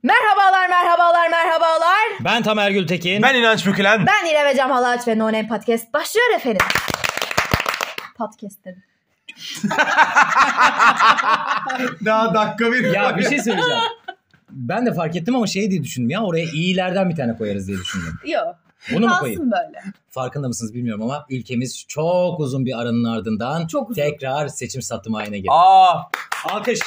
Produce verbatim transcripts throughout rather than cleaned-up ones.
Merhabalar, merhabalar, merhabalar. Ben Tamer Gültekin. Ben İnanç Bükülen. Ben İrem Cem Halaç ve No Name Podcast başlıyor efendim. Podcast dedim. Daha dakika bir. Ya bir şey söyleyeceğim. Ben de fark ettim ama şey diye düşündüm ya, oraya iyilerden bir tane koyarız diye düşündüm. Yok. Bunu mu koyayım? Kalsın böyle. Farkında mısınız bilmiyorum ama ülkemiz çok uzun bir aranın ardından Çok uzun. tekrar seçim satım ayine girdi. Aa, Alkış.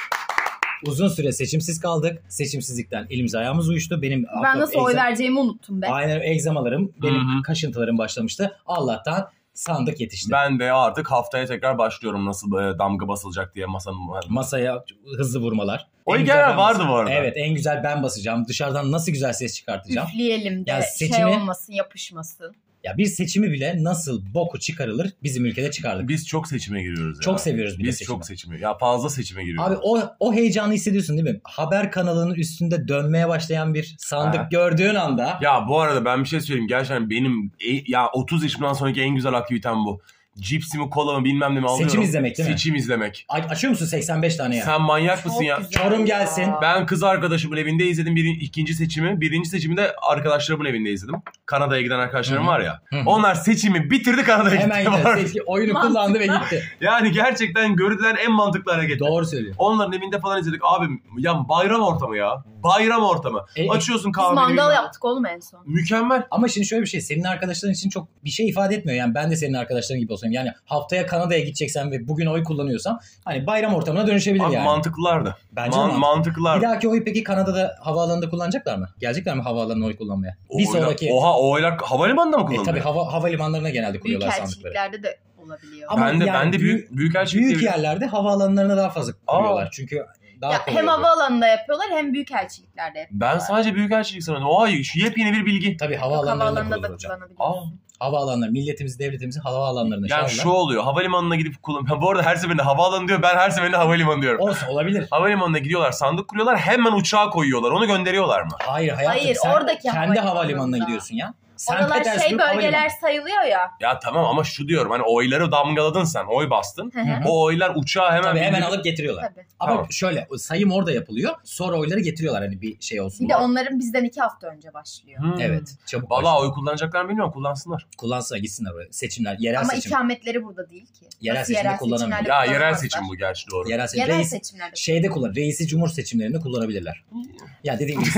Uzun süre seçimsiz kaldık. Seçimsizlikten elimiz ayağımız uyuştu. Benim Ben nasıl oy vereceğimi unuttum be. Aynen, egzamalarım, benim Hı-hı. kaşıntılarım başlamıştı. Allah'tan sandık yetişti. ben de artık haftaya tekrar başlıyorum nasıl e, damga basılacak diye masanın. Masaya hızlı vurmalar. O En hikaye güzel ben vardı basacağım. bu arada. Evet, en güzel ben basacağım. Dışarıdan nasıl güzel ses çıkartacağım. Üfleyelim de Ya şey seçimi- olmasın, yapışmasın. Ya bir seçimi bile nasıl boku çıkarılır bizim ülkede çıkardık. Biz çok seçime giriyoruz ya. Çok seviyoruz bir de Biz seçimi. çok seçime. Ya fazla seçime giriyoruz. Abi o o heyecanı hissediyorsun değil mi? Haber kanalının üstünde dönmeye başlayan bir sandık Ha. gördüğün anda. Ya bu arada ben bir şey söyleyeyim. Gerçekten benim e, ya otuz yaşımdan sonraki en güzel aktivitem bu. Cipsi mi kola mı bilmem ne mi alıyorum. Seçim izlemek değil mi? Seçim izlemek. A- açıyor musun seksen beş tane ya? Sen manyak Çok mısın ya? güzel Çorum gelsin. Ben kız arkadaşımın evinde izledim bir, ikinci seçimi. Birinci seçimi de arkadaşlarımın evinde izledim. Kanada'ya giden arkadaşlarım Hı-hı. var ya. Hı-hı. Onlar seçimi bitirdi, Kanada'ya Hemen gitti. gider. Seçki oyunu Mantıklı. kullandı ve gitti. Yani gerçekten görülen en mantıklı hareket. Doğru söylüyor. Onların evinde falan izledik. Abi ya bayram ortamı ya. Bayram ortamı. E, Açıyorsun Biz kahveni. mangal bilmem. yaptık oğlum en son. Mükemmel. Ama şimdi şöyle bir şey. Senin arkadaşların için çok bir şey ifade etmiyor. Yani ben de senin arkadaşların gibi olsam. Yani haftaya Kanada'ya gideceksen ve bugün oy kullanıyorsam hani bayram ortamına dönüşebilir Abi yani. mantıklılardı. Bence Man- de mantıklılar. Bir dahaki oyu peki Kanada'da havaalanında kullanacaklar mı? Gelecekler mi havaalanına oy kullanmaya? O Bir oylar- sonraki... Oha o oylar havalimanında mı E, kullanılıyor? tabii hava, havalimanlarına genelde koyuyorlar sandıkları. Büyükelçiliklerde de olabiliyor. Ama ben de yani ben de büyük büyük- büyükelçilik Büyük diye- yerlerde havaalanlarına daha fazla Aa. koyuyorlar. Çünkü daha Ya, kolay hem oluyor. havaalanında yapıyorlar hem büyükelçiliklerde yapıyorlar. Ben sadece büyükelçilik sanıyordum. Oha şu yepyeni bir bilgi. Tabii Yok, havaalanlarında havaalanında da kullanılır hocam. Aa. kullanabiliyorsun. Havaalanları, milletimizi, devletimizi havaalanlarına Yani çağırırlar. şu oluyor. Havalimanına gidip kullan. Bu arada her seferinde havaalanı diyor. Ben her seferinde havalimanı diyorum. Olsun, olabilir. Havalimanına gidiyorlar, sandık kuruyorlar, hemen uçağa koyuyorlar. Onu gönderiyorlar mı? Hayır hayatım, Hayır, sen oradaki kendi havalimanında. havalimanına gidiyorsun ya. Sen Oralar şey bölgeler sayılıyor ya. Ya tamam ama şu diyorum, hani oyları damgaladın sen, oy bastın. Hı hı. O oylar uçağa hemen... Tabii hemen bindir- alıp getiriyorlar. Tabii. Ama Tamam. şöyle sayım orada yapılıyor. Sonra oyları getiriyorlar hani bir şey olsun. Bir de onların bizden iki hafta önce başlıyor. Hmm. Evet. Çabuk Vallahi başlıyor. oy kullanacaklarını bilmiyorum, kullansınlar. Kullansınlar, gitsinler oraya. Seçimler, yerel Ama seçim. ikametleri burada değil ki. Yerel Nasıl seçimde kullanamıyor. seçimlerde Ya yerel kullanamazlar? seçim bu gerçi, doğru. Yerel seçim. Yerel Reis, seçimlerde. şeyde kullan. Reisi cumhur seçimlerinde kullanabilirler. Ya dediğim gibi.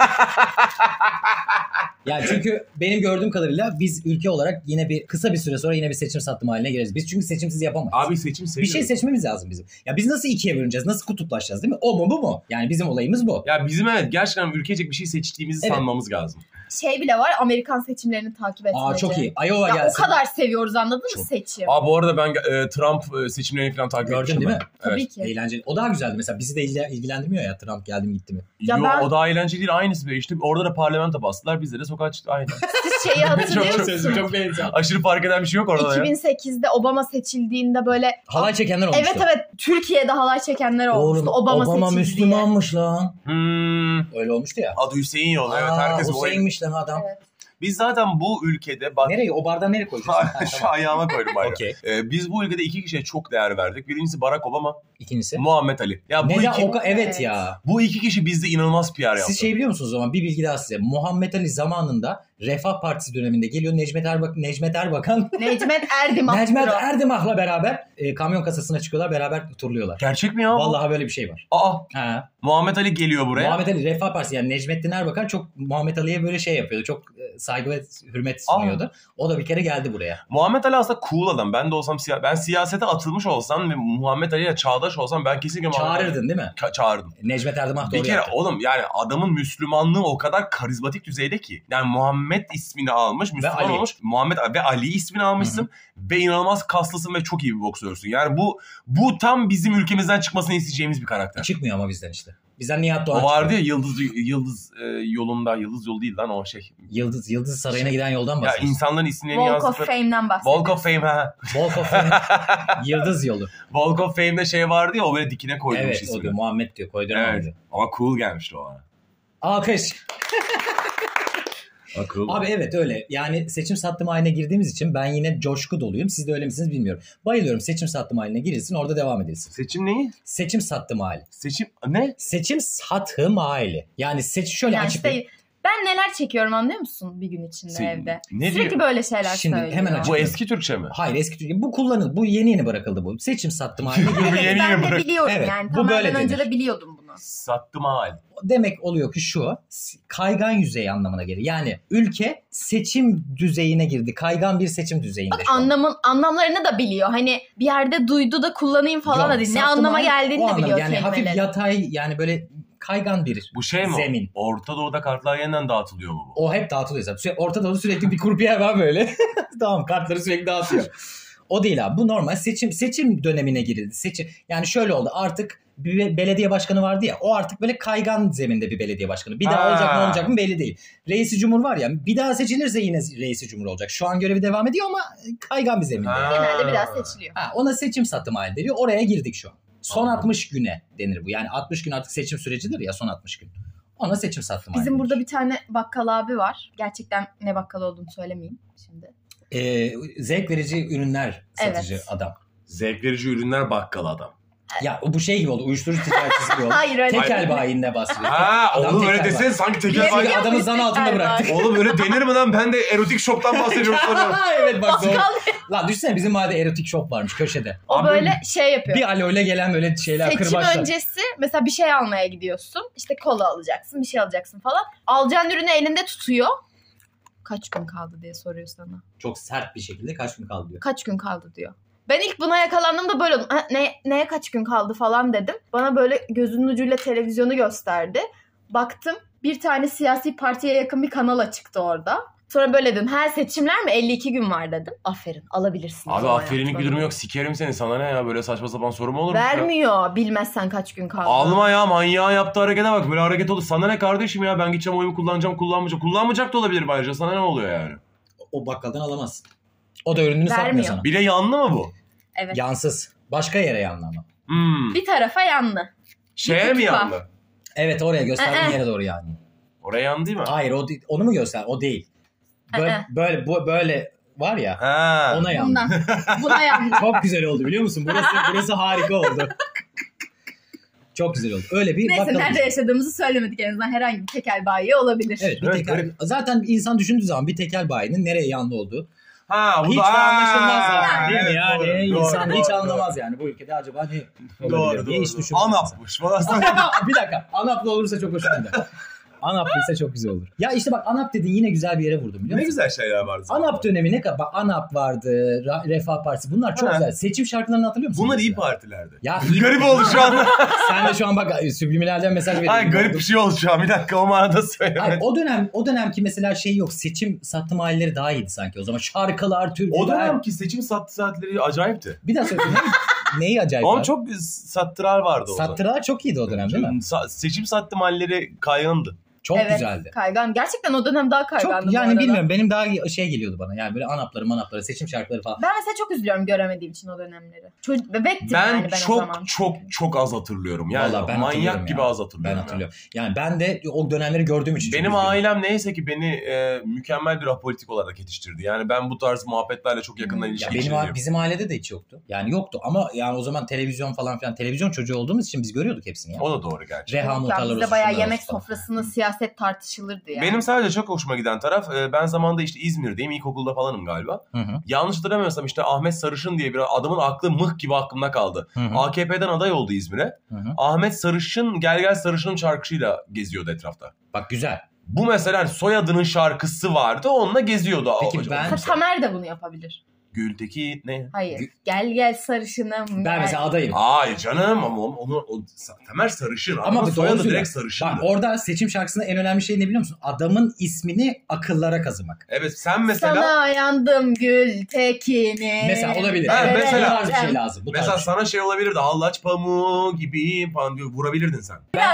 Ya çünkü benim gördüğüm kadarıyla biz ülke olarak yine bir kısa bir süre sonra yine bir seçim satım haline gireriz. Biz çünkü seçimsiz yapamayız. Abi seçim Bir seviyorum. şey seçmemiz lazım bizim. Ya biz nasıl ikiye bölüneceğiz? Nasıl kutuplaşacağız değil mi? O mu bu mu? Yani bizim olayımız bu. Ya bizim evet gerçekten ülkecek bir şey seçtiğimizi Evet. sanmamız lazım. Şey bile var, Amerikan seçimlerini takip etmece. Aa çok iyi. Iowa Ya gelsin. o kadar seviyoruz, anladın Çok. mı seçim? Aa bu arada ben e, Trump e, seçimlerini falan takip Gördün etmiştim değil ben. mi? Tabii Evet. ki. Eğlenceli. O daha güzeldi. Mesela bizi de ilgi- ilgilendirmiyor ya Trump geldi mi gitti mi. Ya Yo, ben- o daha eğlenceli değil, aynısı be işte. Orada da parlamento bastılar, bizde de sokağa çıktı aynı. Siz şeyi hatırlıyor Çok musunuz? Çok benziyor. Aşırı fark eden bir şey yok orada ya. iki bin sekizde Obama seçildiğinde böyle Halay çekenler olmuştu. evet evet Türkiye'de halay çekenler olmuştu. Oğlum, Obama, Obama seçildi diye. Müslümanmış lan. Hmm, Öyle olmuştu ya. adı Hüseyin yolu. Evet, Aa, herkes o Hüseyin'miş lan adam. Evet. Biz zaten bu ülkede bak Nereye? O bardağı nereye koydun? şu ayağıma koydum bayrağı. Okey. Ee, biz bu ülkede iki kişiye çok değer verdik. Birincisi Barack Obama, İkincisi. Muhammed Ali. Ya bu Neden iki, o ka- evet Evet. ya. bu iki kişi bizde inanılmaz P R yaptı. Siz şey biliyor musunuz o zaman? Bir bilgi daha size. Muhammed Ali zamanında Refah Partisi döneminde geliyor. Necmet Erbak Necmet Erbakan Necmet Erdem Necmet Aktürk. Erdemah'la beraber e, kamyon kasasına çıkıyorlar. Beraber turluyorlar. Gerçek mi ya bu? Vallahi böyle bir şey var. Aa, Ha. Muhammed Ali geliyor buraya. Muhammed Ali Refah Partisi yani Necmettin Erbakan çok Muhammed Ali'ye böyle şey yapıyordu. Çok e, saygı ve hürmet sunuyordu. O da bir kere geldi buraya. Muhammed Ali aslında cool adam. Ben de olsam siya- ben siyasete atılmış olsam ve Muhammed Ali'yle çağdaş olsam ben kesinlikle Muhammed Ali- Çağırırdın değil mi? Ka- çağırdım. Necmet Erdemah Bir doğru kere yaptı. oğlum yani adamın Müslümanlığı o kadar karizmatik düzeyde ki. Yani Muhammed ismini almış, Müslüman Ali. olmuş. Muhammed ve Ali ismini almışsın. Ve inanılmaz kaslısın ve çok iyi bir boksörsün. Yani bu bu tam bizim ülkemizden çıkmasını isteyeceğimiz bir karakter. Çıkmıyor ama bizden işte. Bizden Nihat Doğan O vardı çıkıyor. ya Yıldız Yıldız e, yolunda, Yıldız yolu değil lan o şey. Yıldız, Yıldız Sarayı'na giden yoldan Ya bahsediyorsun. insanların isimlerini Walk of yazdıkları. Fame'den bahsediyor. Walk of Fame ha. Walk of Fame, Yıldız yolu. Walk of Fame'de şey vardı ya, o böyle dikine koyulmuş Evet o ismini. diyor. Muhammed diyor. Koyduramam Evet. diyor. Ama cool gelmişti o bana. Alkış. Akıl. Abi evet öyle. Yani seçim sattım haline girdiğimiz için ben yine coşku doluyum. Siz de öyle misiniz bilmiyorum. Bayılıyorum seçim sattım haline girilsin orada devam edilsin. Seçim neyi? Seçim sattım hali. Seçim ne? Seçim satım hali. Yani seç şöyle Yani açık. işte ben neler çekiyorum anlıyor musun bir gün içinde Sen- evde? ne Sürekli diyor? böyle şeyler Şimdi söylüyor. hemen açık- Bu eski Türkçe mi? Hayır eski Türkiye. Bu kullanıldı. Bu yeni yeni bırakıldı bu. Seçim sattım haline Bu girildi. Evet, yeni ben yeni de bırak- biliyorum Evet, yani. bu Tamamen böyle önce denir. de biliyordum bunu. Sattım hal. Demek oluyor ki şu kaygan yüzey anlamına gelir. Yani ülke seçim düzeyine girdi. Kaygan bir seçim düzeyinde. Bak şu an. anlamın anlamlarını da biliyor. Hani bir yerde duydu da kullanayım falan Yok, da değil. Ne sattım anlama hali geldiğini o de anlam. biliyor Yani hafif kelimeleri. yatay yani böyle kaygan bir Bu şey mi? zemin. Orta Doğu'da kartlar yeniden dağıtılıyor mu bu? O hep dağıtılıyor zaten. Sürekli, Orta Doğu'da sürekli bir kurpiyer var böyle. Tamam kartları sürekli dağıtıyor. O değil abi. Bu normal seçim seçim dönemine girildi. Seçim yani şöyle oldu. Artık bir belediye başkanı vardı ya. O artık böyle kaygan zeminde bir belediye başkanı. Bir daha Ha. olacak mı olacak mı belli değil. Reisi Cumhur var ya. Bir daha seçilirse yine Reisi Cumhur olacak. Şu an görevi devam ediyor ama kaygan bir zeminde. Ha. Genelde bir daha seçiliyor. Ha, ona seçim satım hali deniyor. Oraya girdik şu an. Son Anladım. altmış güne denir bu. Yani altmış gün artık seçim sürecidir ya son altmış gün. Ona seçim sattım. Bizim hali burada denir. bir tane bakkal abi var. Gerçekten ne bakkal olduğunu söylemeyeyim şimdi. Ee, zevk verici ürünler satıcı Evet. adam. Zevk verici ürünler bakkal adam. Ya bu şey gibi oldu. Uyuşturucu ticaretçisi gibi oldu. Hayır öyle. Tekel bayinde bahsediyor. Ha Adam oğlum öyle tekel desene bayi. sanki tekel Bilebiliyor bayi. musun? adamı zan altında Tekel bıraktık. bayi. Oğlum öyle denir mi lan? Ben de erotik shop'tan bahsediyorum sanıyorum. Evet bak doğru. Bakkal Lan düşünsene bizim mahallede erotik shop varmış köşede. o Abi, böyle şey yapıyor. Bir alo ile gelen böyle şeyler Seçim kırbaçlar. öncesi mesela bir şey almaya gidiyorsun. İşte kola alacaksın, bir şey alacaksın falan. Alacağın ürünü elinde tutuyor. Kaç gün kaldı diye soruyor sana. Çok sert bir şekilde kaç gün kaldı diyor. Kaç gün kaldı diyor. Ben ilk buna yakalandığımda böyle oldum. Ha, ne, neye kaç gün kaldı falan dedim. Bana böyle gözünün ucuyla televizyonu gösterdi. Baktım bir tane siyasi partiye yakın bir kanala çıktı orada. Sonra böyle dedim. Her seçimler mi? elli iki gün var dedim. Aferin alabilirsin. Abi Sonra aferinlik bir yaptım. durum yok. Sikerim seni. Sana ne ya? Böyle saçma sapan soru mu olur mu? ya? Vermiyor. Bilmezsen kaç gün kaldı. Alma ya manyağın yaptığı harekete bak. Böyle hareket olur. Sana ne kardeşim ya? Ben gideceğim oyumu kullanacağım kullanmayacağım. Kullanmayacak da olabilir ayrıca. Sana ne oluyor yani? O bakkaldan alamazsın. O da ürününü satmıyor Vermiyor. sana. Bir de yanlı mı bu? Evet. Yansız. Başka yere yanlı ama. Hmm. Bir tarafa yanlı. Şeye mi kutupa. yanlı? Evet oraya gösterdiğin Ee. yere doğru yanlı. Oraya yandı değil mi? Hayır o değil- onu mu göster? O değil. Böyle Ee. böyle, bu, böyle var ya Ha. ona yanlı. Bundan. Buna yanlı. Çok güzel oldu biliyor musun? Burası burası harika oldu. Çok güzel oldu. Öyle bir Neyse bakalım. nerede yaşadığımızı söylemedik en azından. Herhangi bir tekel bayi olabilir. Evet, bir Evet, tekel. garip. Zaten bir insan düşündüğü zaman bir tekel bayinin nereye yanlı olduğu Ha bu hiç da de anlaşılmaz Aa, yani. Değil mi evet, yani? doğru, İnsan doğru, hiç doğru, anlamaz yani. Bu ülkede acaba ne olabilir Doğru diye doğru. hiç düşünmez. Anapmış falan. bir dakika. Anaplı olursa çok hoşuma gider. Anaplıysa çok güzel olur. Ya işte bak Anap dedin yine güzel bir yere vurdum biliyor Ne musun? güzel şeyler vardı. Anap dönemi ne kadar? Bak Anap vardı, Ra- Refah Partisi bunlar çok Ha. güzel. Seçim şarkılarını hatırlıyor musun? Bunlar iyi mesela? partilerdi. Ya iyi. Garip oldu şu an. Sen de şu an bak subliminalden mesaj veriyorsun. Ay garip bir şey oldu şu an. Bir dakika o manada Hayır, söylemedim. o dönem o dönemki mesela şey yok. Seçim sattım halleri daha iyiydi sanki. O zaman şarkılar, türküler. O dönemki seçim sattı saatleri acayipti. Bir daha söyle. Ne- Neyi acayip? Ama abi? çok sattırar vardı o zaman. Sattıralar çok iyiydi o dönem değil mi? Sa- seçim sattım halleri kaygandı. Çok Evet, güzeldi. kaygan. Gerçekten o dönem daha kaygandı Çok bu yani arada. bilmiyorum benim daha şey geliyordu bana. Yani böyle anapları manapları seçim şarkıları falan. Ben mesela çok üzülüyorum göremediğim için o dönemleri. Çocuk bebektim Ben, yani ben çok o zaman. çok çok az hatırlıyorum. Yani Vallahi ben hatırlıyorum manyak gibi ya. az hatırlıyorum. Ben ya. hatırlıyorum. Yani ben de o dönemleri gördüğüm için çok Benim üzgünüm. ailem neyse ki beni e, mükemmel bir apolitik olarak yetiştirdi. Yani ben bu tarz muhabbetlerle çok yakından Hmm. ilişki Ya benim içindeyim. a- bizim ailede de hiç yoktu. Yani yoktu ama yani o zaman televizyon falan filan televizyon çocuğu olduğumuz için biz görüyorduk hepsini ya. O da doğru gerçi. Reha Ya muhtarları bizde olsun, bayağı şunlar yemek olsun falan. sofrasında siyaset tartışılırdı yani. Benim sadece çok hoşuma giden taraf e, ben zamanında işte İzmir'deyim. İlkokulda falanım galiba. Hı hı. Yanlış hatırlamıyorsam işte Ahmet Sarışın diye bir adamın aklı mıh gibi aklımda kaldı. Hı hı. A K P'den aday oldu İzmir'e. Hı hı. Ahmet Sarışın Gel Gel Sarışın'ın şarkısıyla geziyordu etrafta. Bak güzel. Bu mesela hani soyadının şarkısı vardı onunla geziyordu. Peki O- ben- Ha, Tamer de bunu yapabilir. Gülteki ne? Hayır. Gü- Gel gel sarışınım. Ben gel. mesela adayım. Hayır canım ama onu, onu, o, Tamer Sarışın. Ama Ama bu doğru soyadı söylüyor. direkt Sarışın'dı. Bak orada seçim şarkısında en önemli şey ne biliyor musun? Adamın ismini akıllara kazımak. Evet sen mesela Sana yandım Gültekin'im. Mesela olabilir. Ha, Evet, mesela- bu tarz bir şey lazım. Bu tarz mesela bir şey. sana şey olabilirdi. Hallaç pamuğu gibi falan diyor vurabilirdin sen. Ya söyler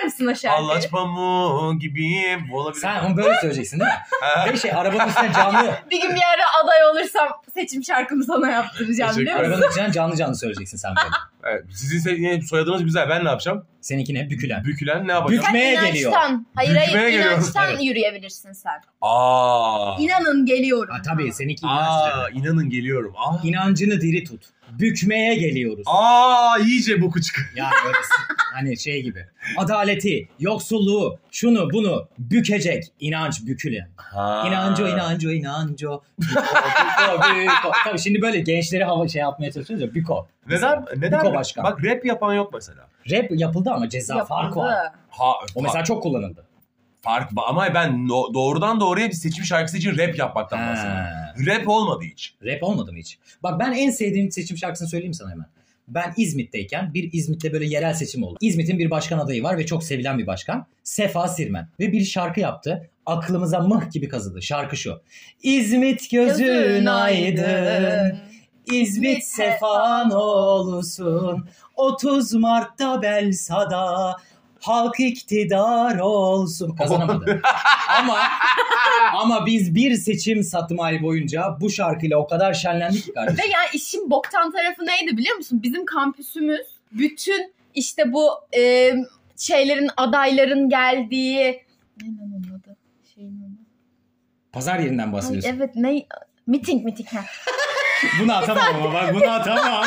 misin o şarkıyı? Allaç pamuğu gibiyim. Bu olabilir. Sen onu böyle söyleyeceksin değil mi? Ve şey arabanın üstüne canlı. Bir gün bir ara aday olursam seçim şarkımı sana yaptıracağım biliyor musun? Arabanın üstüne canlı canlı söyleyeceksin sen böyle. Evet, sizin se- soyadınız güzel. Ben ne yapacağım? Seninki ne? Bükülen. Bükülen ne yapacağım? Bük- Bükmeye Sen geliyor. inançtan, hayır hayır Bükmeye geliyor. inançtan Evet. yürüyebilirsin sen. Aa. İnanın geliyorum. Ha, tabii seninki Aa, inanç. inanın geliyorum. Aa. İnancını diri tut. Bükmeye geliyoruz. Aa, iyice boku çıkıyor. Ya böyle hani şey gibi. Adaleti, yoksulluğu, şunu bunu bükecek inanç bükülen. Ha. İnanco, inanco, inanco. Büko, büko, büko. Tabii şimdi böyle gençleri hava şey yapmaya çalışıyoruz ya. Büko. Neden? Neden? Büko başkan. Bak rap yapan yok mesela. Rap yapıldı ama ceza farkı var. Yapıldı. Ha, O mesela çok kullanıldı. fark ama ben no- doğrudan doğruya bir seçim şarkısı için rap yapmaktan Ha. bahsediyorum. Rap olmadı hiç. Rap olmadı mı hiç? Bak ben en sevdiğim seçim şarkısını söyleyeyim sana hemen. Ben İzmit'teyken bir İzmit'te böyle yerel seçim oldu. İzmit'in bir başkan adayı var ve çok sevilen bir başkan. Sefa Sirmen. Ve bir şarkı yaptı. Aklımıza mıh gibi kazıdı. Şarkı şu. İzmit gözün aydın. İzmit sefan olsun. otuz Mart'ta Belsa'da halk iktidar olsun. Kazanamadı. ama ama biz bir seçim satım boyunca bu şarkıyla o kadar şenlendik ki kardeşim. Ve yani işin boktan tarafı neydi biliyor musun? Bizim kampüsümüz bütün işte bu e, şeylerin adayların geldiği ne lan onun adı? Şeyin adı. Pazar yerinden Ay, bahsediyorsun. evet ne? Miting miting. Ha. Bunu atamam ama bak bunu atamam.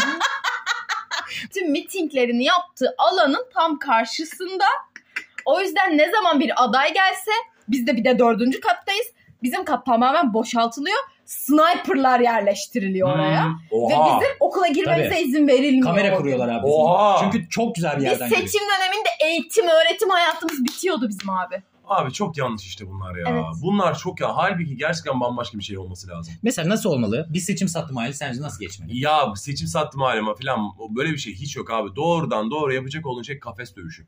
Tüm mitinglerini yaptığı alanın tam karşısında. O yüzden ne zaman bir aday gelse biz de bir de dördüncü kattayız. Bizim kat tamamen boşaltılıyor. Sniper'lar yerleştiriliyor oraya. Hmm. Ve Oha. bizim okula girmemize Tabii. izin verilmiyor. Kamera kuruyorlar abi. bizim. Oha. Çünkü çok güzel bir Biz yerden seçim geliyor. döneminde eğitim, öğretim hayatımız bitiyordu bizim abi. Abi çok yanlış işte bunlar ya. Evet. Bunlar çok ya. Halbuki gerçekten bambaşka bir şey olması lazım. Mesela nasıl olmalı? Bir seçim satım hali sence nasıl geçmeli? Ya seçim sattım halime falan böyle bir şey hiç yok abi. Doğrudan doğru yapacak olan şey kafes dövüşü.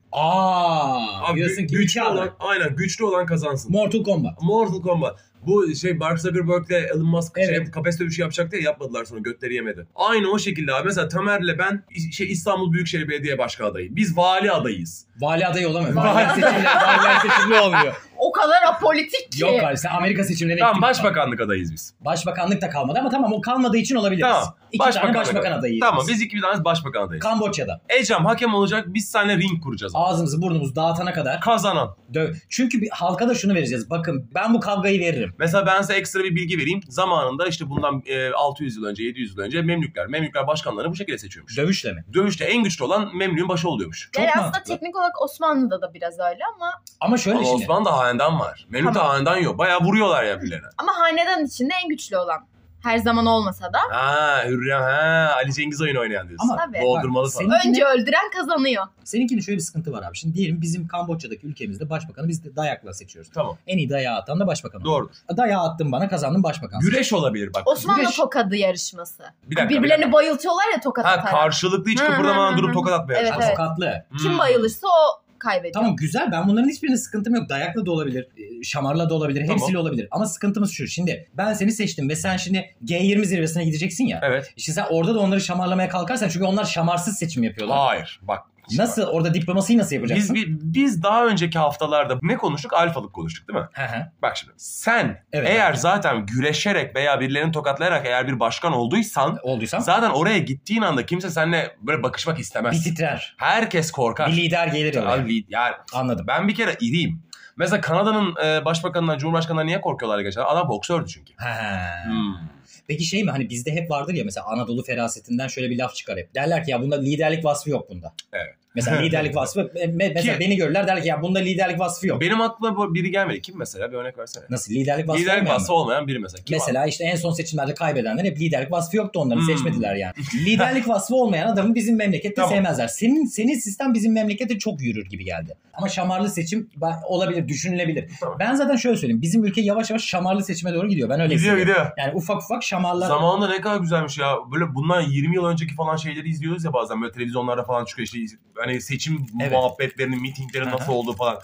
Aa, Abi diyorsun gü- ki güçlü iki olan, aday. aynen güçlü olan kazansın. Mortal Kombat. Mortal Kombat. Bu şey Mark Zuckerberg'le Elon Musk Evet. şey, kafes dövüşü yapacaktı ya yapmadılar sonra götleri yemedi. Aynı o şekilde abi. Mesela Tamer'le ben şey İstanbul Büyükşehir Belediye Başkanı adayı. Biz vali adayıyız. Vali adayı olamıyor. Vali Valiler adayı. seçimleri, valiler seçimli olmuyor. O kadar apolitik ki. Yok kardeşim sen Amerika seçimlerine Tamam gittin. başbakanlık adayız biz. Başbakanlık da kalmadı ama tamam o kalmadığı için olabiliriz. Tamam. İki tane Başbakanlık başbakan adayı. Tamam biz iki bir tane başbakan adayız. Kamboçya'da. Ecem hakem olacak biz seninle ring kuracağız. Ağzımızı burnumuzu dağıtana kadar Kazanan. döv. Çünkü bir, halka da şunu vereceğiz. Bakın ben bu kavgayı veririm. Mesela ben size ekstra bir bilgi vereyim. Zamanında işte bundan e, altı yüz yıl önce, yedi yüz yıl önce Memlükler, Memlükler başkanlarını bu şekilde seçiyormuş. Dövüşle mi? Dövüşte en güçlü olan Memlük'ün başı oluyormuş. Çok Yani aslında mantıklı. teknik olarak Osmanlı'da da biraz öyle ama Ama şöyle Ama şimdi. Osmanlı'da hanedan var. Memlük'te Tamam. hanedan yok. Bayağı vuruyorlar ya birbirlerine. ama hanedan içinde en güçlü olan. Her zaman olmasa da. Ha Hürrem ha Ali Cengiz oyunu oynayan diyorsun. Ama Tabii. Doldurmalı Bak, falan. senin- Önce öldüren kazanıyor. Seninkinin şöyle bir sıkıntı var abi. Şimdi diyelim bizim Kamboçya'daki ülkemizde başbakanı biz de dayakla seçiyoruz. Tamam. En iyi dayağı atan da başbakan. Doğrudur. Dayağı attın bana kazandın başbakan. Güreş olabilir bak. Osmanlı Güreş. tokadı yarışması. Bir dakika, Birbirlerini bir dakika. bayıltıyorlar ya tokat Ha atarak. karşılıklı hiç Hı, hı, kıpırdamadan hı, durup hı. tokat atmaya Evet, çalışıyor. evet. Tokatlı. Kim Hmm. bayılırsa o kaybediyor. Tamam güzel ben bunların hiçbirine sıkıntım yok. Dayakla da olabilir, e, şamarla da olabilir, Tamam. hepsiyle olabilir. Ama sıkıntımız şu. Şimdi ben seni seçtim ve sen şimdi G yirmi zirvesine gideceksin ya. Evet. İşte sen orada da onları şamarlamaya kalkarsan çünkü onlar şamarsız seçim yapıyorlar. Hayır. Bak. Nasıl orada diplomasiyi nasıl yapacaksın? Biz, biz, biz daha önceki haftalarda ne konuştuk? Alfalık konuştuk değil mi? Hı hı. Bak şimdi sen Evet, eğer evet. zaten güreşerek veya birilerini tokatlayarak eğer bir başkan olduysan Olduysam zaten oraya gittiğin anda kimse seninle böyle bakışmak bir istemez. titrer. Herkes korkar. Bir lider gelir oraya. Abi, yani Anladım. ben bir kere iriyim. Mesela Kanada'nın e, başbakanından, cumhurbaşkanından niye korkuyorlar geçen? Adam boksördü çünkü. Ha. Hmm. Peki şey mi hani bizde hep vardır ya mesela Anadolu ferasetinden şöyle bir laf çıkar hep. Derler ki ya bunda liderlik vasfı yok bunda. Evet. Mesela liderlik vasfı me- mesela Ki- beni görürler derler ki ya bunda liderlik vasfı yok. Benim aklıma bu- biri gelmedi. Kim mesela? Bir örnek versene. Nasıl liderlik vasfı Liderlik olmayan vasfı mı? olmayan biri mesela. Kim Mesela işte en son seçimlerde kaybedenler hep liderlik vasfı yoktu onların Hmm. seçmediler yani. Liderlik vasfı olmayan adamı bizim memlekette Tamam. sevmezler. Senin senin sistem bizim memlekette çok yürür gibi geldi. Ama şamarlı seçim ben- olabilir, düşünülebilir. Tamam. Ben zaten şöyle söyleyeyim. Bizim ülke yavaş yavaş şamarlı seçime doğru gidiyor. Ben öyle Gidiyor hissediyorum. gidiyor. Yani ufak ufak şamarlar. Zamanında ne kadar güzelmiş ya. Böyle bundan yirmi yıl önceki falan şeyleri izliyoruz ya bazen. Böyle televizyonlarda falan çıkıyor işte hani seçim Evet. muhabbetlerinin, mitinglerin nasıl Aha. olduğu falan.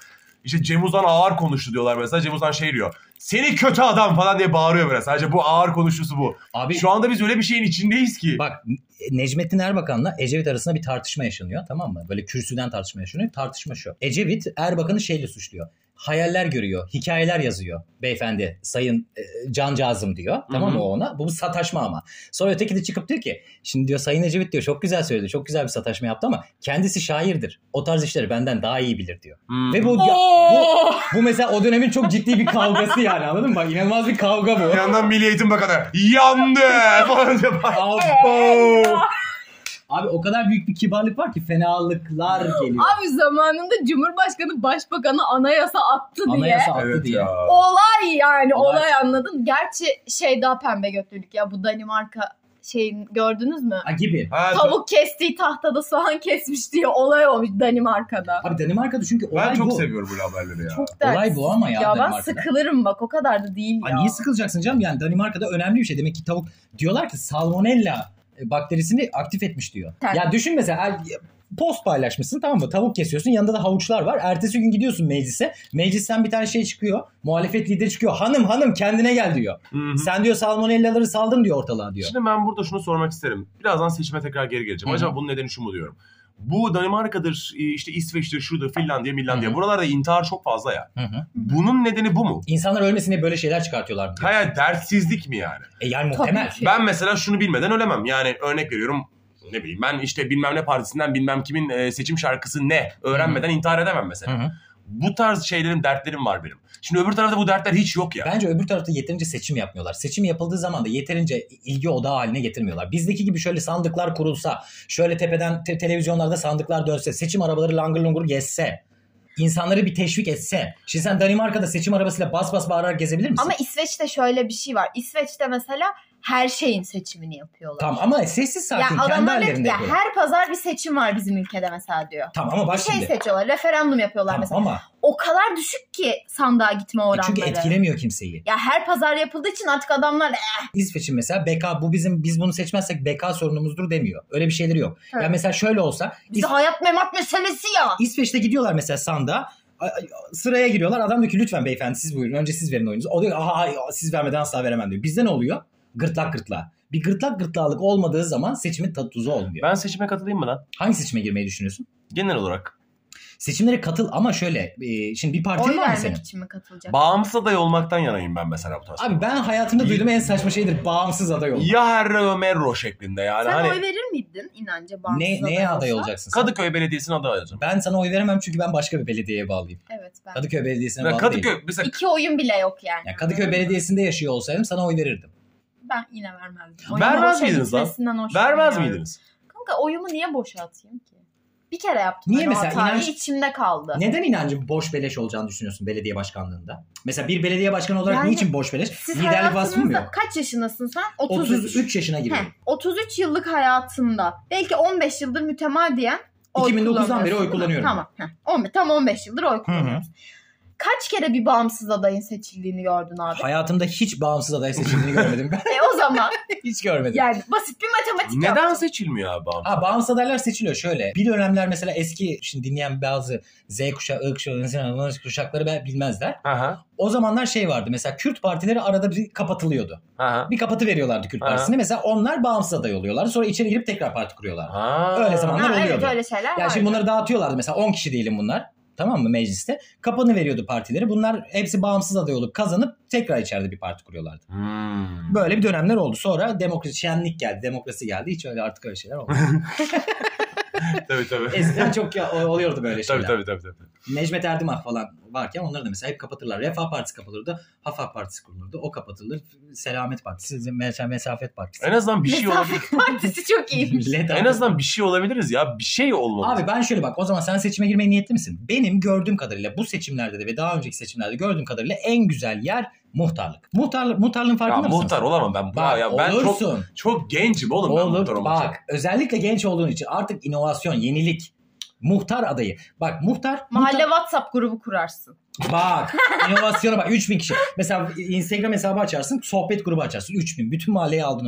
İşte Cem Uzan ağır konuştu diyorlar mesela. Cem Uzan şey diyor. Seni kötü adam falan diye bağırıyor böyle. Sadece bu ağır konuşusu bu. Abi, şu anda biz öyle bir şeyin içindeyiz ki. Bak Necmettin Erbakan'la Ecevit arasında bir tartışma yaşanıyor, tamam mı? Böyle kürsüden tartışma yaşanıyor. Tartışma şu. Ecevit Erbakan'ı şeyle suçluyor. Hayaller görüyor, hikayeler yazıyor beyefendi, sayın e, cancağızım diyor. Tamam mı o ona? Bu bir sataşma ama. Sonra öteki de çıkıp diyor ki, şimdi diyor Sayın Ecevit diyor çok güzel söyledi, çok güzel bir sataşma yaptı ama kendisi şairdir. O tarz işleri benden daha iyi bilir diyor. Hmm. Ve bu, ya, bu bu mesela o dönemin çok ciddi bir kavgası yani, anladın mı? Bak inanılmaz bir kavga bu. Bir yandan Milli Eğitim Bakanı yandı falan diyor. Abi o kadar büyük bir kibarlık var ki fenalıklar geliyor. Abi zamanında Cumhurbaşkanı Başbakanı anayasa attı diye. Anayasa attı evet diye. Ya. Olay yani olay, olay anladın. Gerçi şey daha pembe götlülük ya, bu Danimarka şeyin gördünüz mü? Ha gibi. Ha, Tavuk kestiği tahtada soğan kesmiş diye olay olmuş Danimarka'da. Abi Danimarka'da çünkü olay ben çok bu. seviyorum böyle haberleri ya. Çok dert. Olay bu ama ya. Ya ben Danimarka'da. sıkılırım bak, o kadar da değil ya. Ha, niye sıkılacaksın canım? Yani Danimarka'da önemli bir şey. Demek ki tavuk, diyorlar ki salmonella bakterisini aktif etmiş diyor. Tabii. Ya düşün mesela post paylaşmışsın, tamam mı? Tavuk kesiyorsun, yanında da havuçlar var. Ertesi gün gidiyorsun meclise. Meclisten bir tane şey çıkıyor. Muhalefet lideri çıkıyor. Hanım hanım kendine gel diyor. Hı-hı. Sen diyor salmonellaları saldın diyor ortalığa diyor. Şimdi ben burada şunu sormak isterim. Birazdan seçime tekrar geri geleceğim. Hı-hı. Acaba bunun nedeni şu mu diyorum. Bu Danimarka'dır, işte İsveç'tir, şudur, Finlandiya, Millandiya. Hı-hı. Buralarda intihar çok fazla ya. Hı-hı. Bunun nedeni bu mu? İnsanlar ölmesin diye böyle şeyler çıkartıyorlar. Hayır, dertsizlik mi yani? E yani muhtemel. Ben mesela şunu bilmeden ölemem. Yani örnek veriyorum, ne bileyim ben işte bilmem ne partisinden bilmem kimin seçim şarkısı ne öğrenmeden Hı-hı. intihar edemem mesela. Hı-hı. Bu tarz şeylerin, dertlerim var benim. Şimdi öbür tarafta bu dertler hiç yok ya. Bence öbür tarafta yeterince seçim yapmıyorlar. Seçim yapıldığı zaman da yeterince ilgi odağı haline getirmiyorlar. Bizdeki gibi şöyle sandıklar kurulsa, şöyle tepeden te- televizyonlarda sandıklar dönse, seçim arabaları langır lungur gezse, insanları bir teşvik etse. Şimdi sen Danimarka'da seçim arabasıyla bas bas bağırarak gezebilir misin? Ama İsveç'te şöyle bir şey var. İsveç'te mesela her şeyin seçimini yapıyorlar. Tamam ama sessiz sakin ya kendi hallerinde ya yapıyorlar. her pazar bir seçim var bizim ülkede mesela diyor. Tamam ama bak bir şey şimdi. seçiyorlar, referandum yapıyorlar tamam, mesela. Ama o kadar düşük ki sandığa gitme oranları. E çünkü etkilemiyor kimseyi. Ya her pazar yapıldığı için artık adamlar eh. İsveç'in mesela B K, bu bizim, biz bunu seçmezsek B K sorunumuzdur demiyor. Öyle bir şeyleri yok. Evet. Ya mesela şöyle olsa. Bizde İs- hayat memat meselesi ya. İsveç'te gidiyorlar mesela sandığa. Sıraya giriyorlar. Adam diyor ki lütfen beyefendi siz buyurun. Önce siz verin oyunuzu. O diyor aha siz vermeden asla veremem diyor. Bizde ne oluyor? Gırtlak gırtlağa. Bir gırtlak gırtlağlık olmadığı zaman seçimin tadı tuzu olmuyor. Ben seçime katılayım mı lan? Hangi seçime girmeyi düşünüyorsun? Genel olarak. Seçimlere katıl ama şöyle. E, şimdi bir parti var mı senin? için mi katılacak? Bağımsız aday olmaktan yanayım ben mesela bu tarz. Abi ben hayatımda duyduğum en saçma şeydir bağımsız aday olmak. Ya Herro Merro şeklinde yani. Sen hani... oy verir miydin inanca bağımsız ne, aday neye aday olsa? olacaksın sen? Kadıköy Belediyesi'ne aday olacağım. Ben sana oy veremem çünkü ben başka bir belediyeye bağlıyım. Evet ben. Kadıköy Belediyesi'ne bağlı Kadıköy, değilim. mesela... İki oyun bile yok yani. yani Kadıköy Belediyesi'nde yaşıyor olsaydım sana oy verirdim. Ben yine vermezdim. Oyumu Vermez miydiniz lan? Vermez miydiniz? Kanka oyumu niye boşa atayım ki? Bir kere yaptım. Niye mesela inanç... içimde kaldı. Neden inancın boş beleş olacağını düşünüyorsun belediye başkanlığında? Mesela bir belediye başkanı olarak yani, niçin boş beleş? Liderlik vasfı mı yok? Kaç yaşındasın sen? otuz üç. otuz üç yaşına giriyorum. Heh, otuz üç yıllık hayatında belki on beş yıldır mütemadiyen oy iki bin dokuzdan beri oy kullanıyorum. Tamam. Heh, tam on beş yıldır oy kullanıyorsun. Kaç kere bir bağımsız adayın seçildiğini gördün abi? Hayatımda hiç bağımsız aday seçildiğini görmedim ben. E o zaman. Hiç görmedim. Yani basit bir matematik Neden yaptım. seçilmiyor abi bağımsız? Ha, bağımsız adaylar seçiliyor şöyle. Bir dönemler mesela eski, şimdi dinleyen bazı Z kuşağı, I kuşağı, kuşakları bilmezler. Aha. O zamanlar şey vardı mesela Kürt partileri arada bir kapatılıyordu. Aha. Bir kapatı veriyorlardı Kürt Aha. Partisi'ne. Mesela onlar bağımsız aday oluyorlardı. Sonra içeri girip tekrar parti kuruyorlar. Ha. Öyle zamanlar ha, oluyordu. Evet öyle şeyler yani vardı. şimdi bunları dağıtıyorlardı. Mesela on kişi diyelim bunlar. Tamam mı mecliste? Kapanı veriyordu partileri. Bunlar hepsi bağımsız aday olup kazanıp tekrar içeride bir parti kuruyorlardı. Hmm. Böyle bir dönemler oldu. Sonra demokrasi, şenlik geldi, demokrasi geldi. Hiç öyle artık öyle şeyler olmadı. tabii tabii. Eskiden çok ya, oluyordu böyle şeyler. Tabii tabii tabii. tabii. Necmet Erdimah falan varken onları da mesela hep kapatırlar. Refah Partisi kapatılırdı. Hafaf Partisi kurulurdu. O kapatılır. Selamet Partisi, Mesafet Partisi. En azından bir şey olabilir. Mesafet Partisi çok iyiymiş. En azından bir şey olabiliriz ya. Bir şey olmalı. Abi ben şöyle bak, o zaman sen seçime girmeye niyetli misin? Benim gördüğüm kadarıyla bu seçimlerde de ve daha önceki seçimlerde gördüğüm kadarıyla en güzel yer muhtarlık. Muhtarlık, muhtarlığın farkında ya, mısın? Muhtar olamam ben. Bak, ya, ben olursun. çok, çok gencim oğlum. Olur, ben muhtar olmak bak özellikle genç olduğun için artık inovasyon, yenilik. Muhtar adayı. Bak muhtar... Mahalle muhtar... WhatsApp grubu kurarsın. Bak inovasyona bak üç bin kişi. Mesela Instagram hesabı açarsın, sohbet grubu açarsın üç bin. Bütün mahalleyi aldın oraya.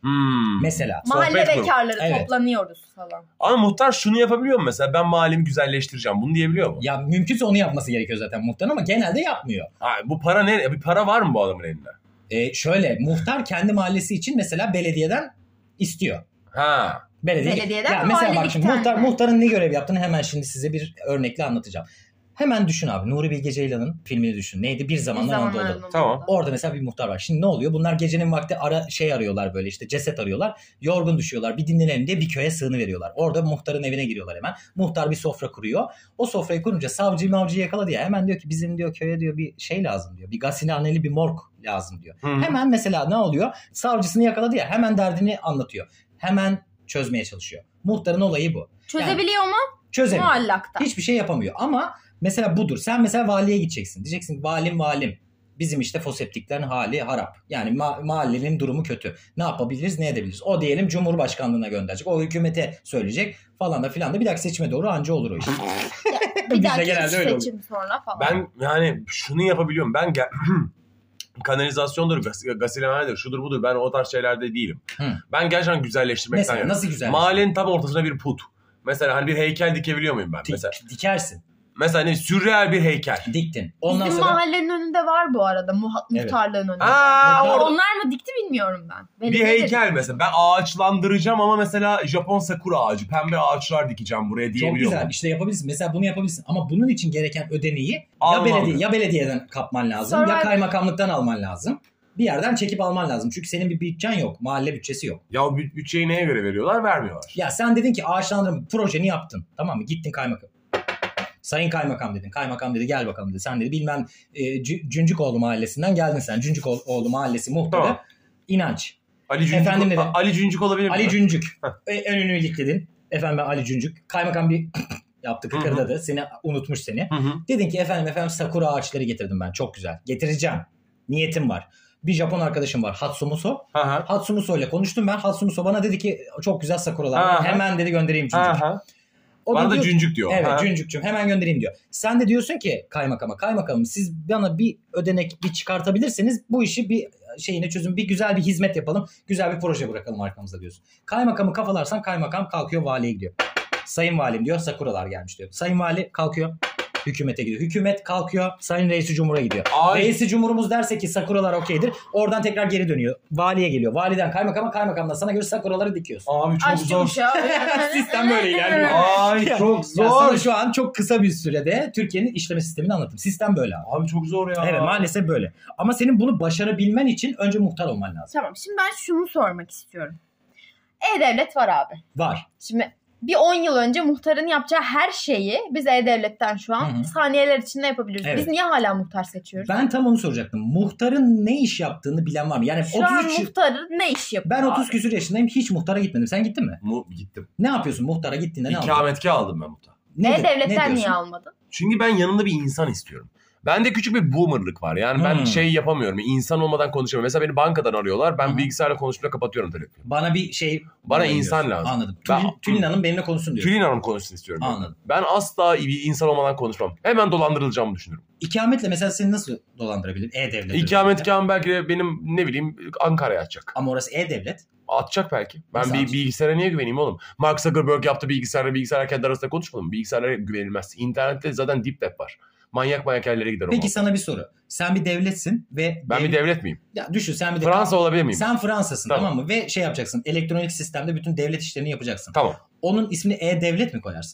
Hmm. Mesela. Mahalle Sohbet bekarları Evet. toplanıyoruz falan. Ama muhtar şunu yapabiliyor mu mesela? Ben mahallemi güzelleştireceğim. Bunu diyebiliyor mu? Ya mümkünse onu yapması gerekiyor zaten muhtar ama genelde yapmıyor. Ha, bu para ne? Bir para var mı bu adamın elinde? Ee, şöyle muhtar kendi mahallesi için mesela belediyeden istiyor. Ha. Belediye. Belediyeden ya mesela bak valilikten şimdi muhtar, mi? muhtarın ne görev yaptığını hemen şimdi size bir örnekle anlatacağım. Hemen düşün abi. Nuri Bilge Ceylan'ın filmini düşün. Neydi? Bir Zamanlar Anadolu'da. Anadolu'da. Tamam. Orada mesela bir muhtar var. Şimdi ne oluyor? Bunlar gecenin vakti ara şey arıyorlar böyle işte ceset arıyorlar. Yorgun düşüyorlar. Bir dinlenelim diye bir köye sığını veriyorlar. Orada muhtarın evine giriyorlar hemen. Muhtar bir sofra kuruyor. O sofrayı kurunca savcıyı mavcıyı yakaladı ya. Hemen diyor ki bizim diyor köye diyor bir şey lazım diyor. Bir gasilhaneli bir morg lazım diyor. Hı. Hemen mesela ne oluyor? Savcısını yakaladı ya. Hemen derdini anlatıyor. Hemen çözmeye çalışıyor. Muhtarın olayı bu. Çözebiliyor mu? Çözemiyor. Muallakta. Hiçbir şey yapamıyor ama mesela budur. Sen mesela valiye gideceksin. Diyeceksin ki valim valim. Bizim işte foseptiklerin hali harap. Yani ma- mahallenin durumu kötü. Ne yapabiliriz, ne edebiliriz? O diyelim Cumhurbaşkanlığına gönderecek. O hükümete söyleyecek falan da filan da bir dahaki seçime doğru anca olur o iş. Bir Bizde dahaki genelde öyle seçim sonra falan. Ben yani şunu yapabiliyorum. Ben gel kanalizasyondur, gas- gasilhanedir, şudur budur. Ben o tarz şeylerde değilim. Hı. Ben gerçekten güzelleştirmekten Mesela yanayım. nasıl güzel? Mahallenin tam ortasına bir put. Mesela hani bir heykel dikebiliyor muyum ben? Dik- Mesela dikersin. mesela ne sürreal bir heykel. Diktin. Ondan Bizim sonra mahallenin önünde var bu arada. Muha- Evet. muhtarlığın önünde. Aa, Ama orada- onlar mı dikti bilmiyorum ben. Bir Belediye de heykel mesela. Ben ağaçlandıracağım ama mesela Japon sakura ağacı, pembe ağaçlar dikeceğim buraya çok diyebiliyor güzel. muyum? İşte yapabilirsin. Mesela bunu yapabilirsin. Ama bunun için gereken ödeneği ya Almam belediye ben. ya belediyeden kapman lazım Sonra- ya kaymakamlıktan alman lazım. Bir yerden çekip alman lazım. Çünkü senin bir bütçen yok. Mahalle bütçesi yok. Ya o bü- bütçeyi neye göre veriyorlar? Vermiyorlar. Ya sen dedin ki ağaçlandırma projeni yaptın. Tamam mı? Gittin kaymakam. Sayın kaymakam dedin. Kaymakam dedi gel bakalım dedi. Sen dedi bilmem e, C- Cüncükoğlu mahallesinden geldin sen. Cüncükoğlu mahallesi muhtarı. Tamam. İnanç. Ali Cüncük, Efendim dedi. Ali Cüncük olabilir mi? Ali Cüncük. Heh. E, önünü ilikledin. Efendim ben Ali Cüncük. Kaymakam bir yaptı kıkırdadı. Seni unutmuş seni. Hı hı. Dedin ki efendim efendim sakura ağaçları getirdim ben. Çok güzel. Getireceğim. Niyetim var. Bir Japon arkadaşım var. Hatsumuso. Hı hı. Hatsumuso ile konuştum ben. Hatsumuso bana dedi ki çok güzel sakuralar var. Aha. Hemen dedi göndereyim Cüncük. Aha. O Bana da diyor ki- Cüncük diyor. Evet Ha. Cüncük'cüm hemen göndereyim diyor. Sen de diyorsun ki kaymakama kaymakamım siz bana bir ödenek bir çıkartabilirseniz bu işi bir şeyine çözün bir güzel bir hizmet yapalım. Güzel bir proje bırakalım arkamızda diyorsun. Kaymakamı kafalarsan kaymakam kalkıyor valiye gidiyor. Sayın valim diyor sakuralar gelmiş diyor. Sayın vali kalkıyor. Hükümete gidiyor. Hükümet kalkıyor. Sayın Reis-i Cumhur'a gidiyor. Ay. Reis-i Cumhurumuz derse ki sakuralar okeydir. Oradan tekrar geri dönüyor. Valiye geliyor. Validen kaymakama kaymakamdan sana göre sakuraları dikiyorsun. Abi çok Aşk zor. yumuşağı. Sistem böyle ilerliyor. Ay Ya- çok Ya zor. sana şu an çok kısa bir sürede Türkiye'nin işleme sistemini anlattım. Sistem böyle abi. Abi çok zor ya. Evet maalesef böyle. Ama senin bunu başarabilmen için önce muhtar olman lazım. Tamam şimdi ben şunu sormak istiyorum. E-Devlet var abi. Var. Şimdi bir on yıl önce muhtarın yapacağı her şeyi biz E-Devlet'ten şu an Hı hı. saniyeler içinde yapabiliyoruz. Evet. Biz niye hala muhtar seçiyoruz? Ben tam onu soracaktım. Muhtarın ne iş yaptığını bilen var mı? Yani Şu an otuz üç muhtarın ne iş yapıyor? ben otuz abi? küsur yaşındayım. Hiç muhtara gitmedim. Sen gittin mi? Mu gittim. Ne yapıyorsun muhtara gittiğinde ne alıyorsun? İkametgah aldım ben muhtar. Ne- E-Devlet'ten ne niye diyorsun? almadın? Çünkü ben yanında bir insan istiyorum. Bende küçük bir boomerlık var. Yani ben Hmm. şey yapamıyorum. İnsan olmadan konuşamıyorum. Mesela beni bankadan arıyorlar. Ben Hı. bilgisayarla konuştuğumda kapatıyorum telefonu. Bana bir şey... Bana diyorsun. insan lazım. Anladım. Ben- Tülin, Tülin Hanım benimle konuşsun diyor. Tülin Hanım konuşsun istiyorum. ben. Anladım. Ben asla bir insan olmadan konuşmam. Hemen dolandırılacağımı düşünürüm. İkametle mesela seni nasıl dolandırabilir? E-Devlet. İkametgahım belki de benim ne bileyim Ankara'ya atacak. Ama orası E-Devlet. Atacak belki. Ben Nasıl bir atacak? bilgisayara niye güveneyim oğlum? Mark Zuckerberg yaptı bilgisayarla bilgisayarlar kendi arasında konuşmadı mı? Bilgisayarlara güvenilmez. İnternette zaten deep web var. Manyak manyak yerlere gider o. Peki muhabbet. sana bir soru. Sen bir devletsin ve... Ben bir devlet miyim? Ya düşün sen bir de... Fransa olabilir miyim? Sen Fransa'sın tamam. Tamam. mı? Ve şey yapacaksın. Elektronik sistemde bütün devlet işlerini yapacaksın. Tamam. Onun ismini E-Devlet mi koyarsın?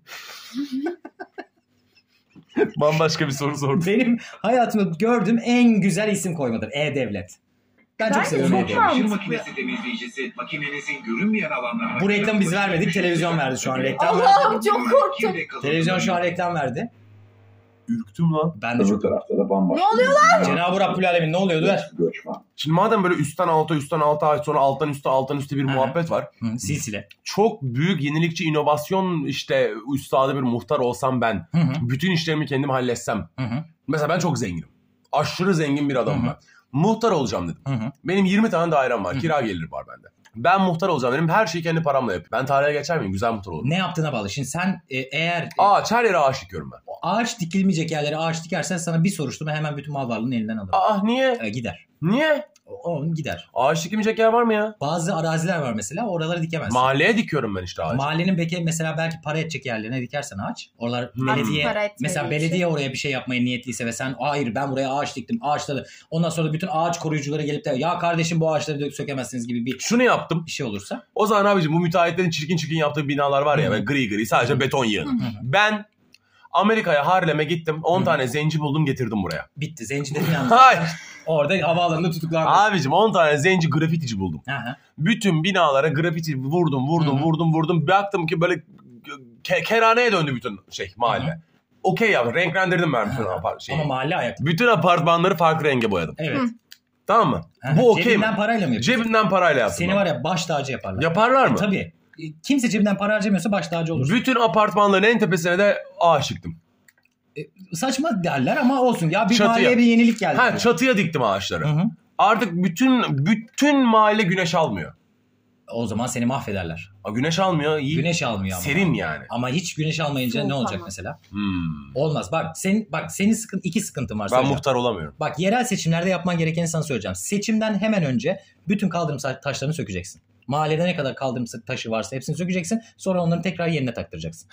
Bambaşka bir soru sordum. Benim hayatımda gördüğüm en güzel isim koymadır. E-Devlet. Ben çok Bence seviyorum çok E-Devlet. mantıklı. Çamaşır makinesi temizleyicisi makinenizin görünmeyen alanlarına... Bu reklamı biz vermedik. Televizyon verdi şu an. Reklam Allah'ım verdi. çok korktum. Televizyon şu an reklam verdi. Ürktüm lan. Ben de Öbür çok... tarafta da bambaşka. Ne oluyor lan? Cenab-ı Rabbül Alemin ne oluyordu? Ver. Göçmen. Şimdi madem böyle üstten alta üstten alta ay sonra alttan üste alttan üste bir Hı hı. muhabbet var. Hı, silsile. Çok büyük yenilikçi inovasyon işte üstadı bir muhtar olsam ben. Hı hı. Bütün işlerimi kendim halletsem. Hı hı. Mesela ben çok zenginim. Aşırı zengin bir adamım Hı hı. ben. Muhtar olacağım dedim. Hı hı. Benim yirmi tane dairem var. Hı hı. Kira geliri var bende. Ben muhtar olacağım dedim. Her şeyi kendi paramla yapıyorum. Ben tarihe geçer miyim? Güzel muhtar olurum. Ne yaptığına bağlı. Şimdi sen e, eğer Ağaç her yere ağaç dikiyorum ben. ağaç dikilmeyecek yerlere ağaç dikersen sana bir soruşturma hemen bütün mal varlığını elinden alır. Aa niye? E, gider. Niye? O, o gider. Ağaç dikilmeyecek yer var mı ya? Bazı araziler var mesela, oraları dikemezsin. Mahalleye dikiyorum ben işte ağacı. Mahallenin belki mesela belki para edecek yerlerine dikersen ağaç. Oralar Hmm. belediye Para etmediği mesela için. belediye oraya bir şey yapmaya niyetliyse ve sen hayır ben buraya ağaç diktim ağaçları. Ondan sonra bütün ağaç koruyuculara gelip de ya kardeşim bu ağaçları dök sökemezsiniz gibi bir Şunu yaptım. bir şey olursa. O zaman abicim bu müteahhitlerin çirkin çirkin yaptığı binalar var ya Hı. böyle gri gri sadece Hı. beton yığını. Hı. Ben Amerika'ya Harlem'e gittim. on Hı. tane zenci buldum getirdim buraya. Bitti. Zenci dedin yalnız. Hayır. Orada havaalanında tutuklandı. Abicim on tane zenci grafitici buldum. Aha. Bütün binalara grafiti vurdum vurdum Hı hı. vurdum vurdum. Baktım ki böyle ke- kerhaneye döndü bütün şey mahalle. Hı hı. Okey ya renklendirdim ben bütün apart şeyi. Ama mahalle ayakta. Bütün apartmanları farklı renge boyadım. Evet. Hı. Tamam mı? Aha. Bu okey mi? Cebinden parayla mı yapıyorsun? Cebimden parayla yaptım. Seni ben. var ya baş tacı yaparlar. Yaparlar mı? Tabii. Kimse cebinden para harcamıyorsa baş tacı olursun. Bütün apartmanların en tepesine de ağaç diktim. Saçma derler ama olsun. Ya bir Çatıya. mahalleye bir yenilik geldi. Ha çatıya diktim ağaçları. Hı hı. Artık bütün bütün mahalle güneş almıyor. O zaman seni mahvederler. Aa, güneş almıyor iyi. Güneş almıyor ama. Serin yani. Ama hiç güneş almayınca Soğuk ne olacak ama. mesela? Hmm. Olmaz. Bak senin bak senin sıkıntı iki sıkıntın var. Ben söyleyeceğim. muhtar olamıyorum. Bak yerel seçimlerde yapman gerekeni sana söyleyeceğim. Seçimden hemen önce bütün kaldırım taşlarını sökeceksin. Mahallede ne kadar kaldırım taşı varsa hepsini sökeceksin. Sonra onları tekrar yerine taktıracaksın.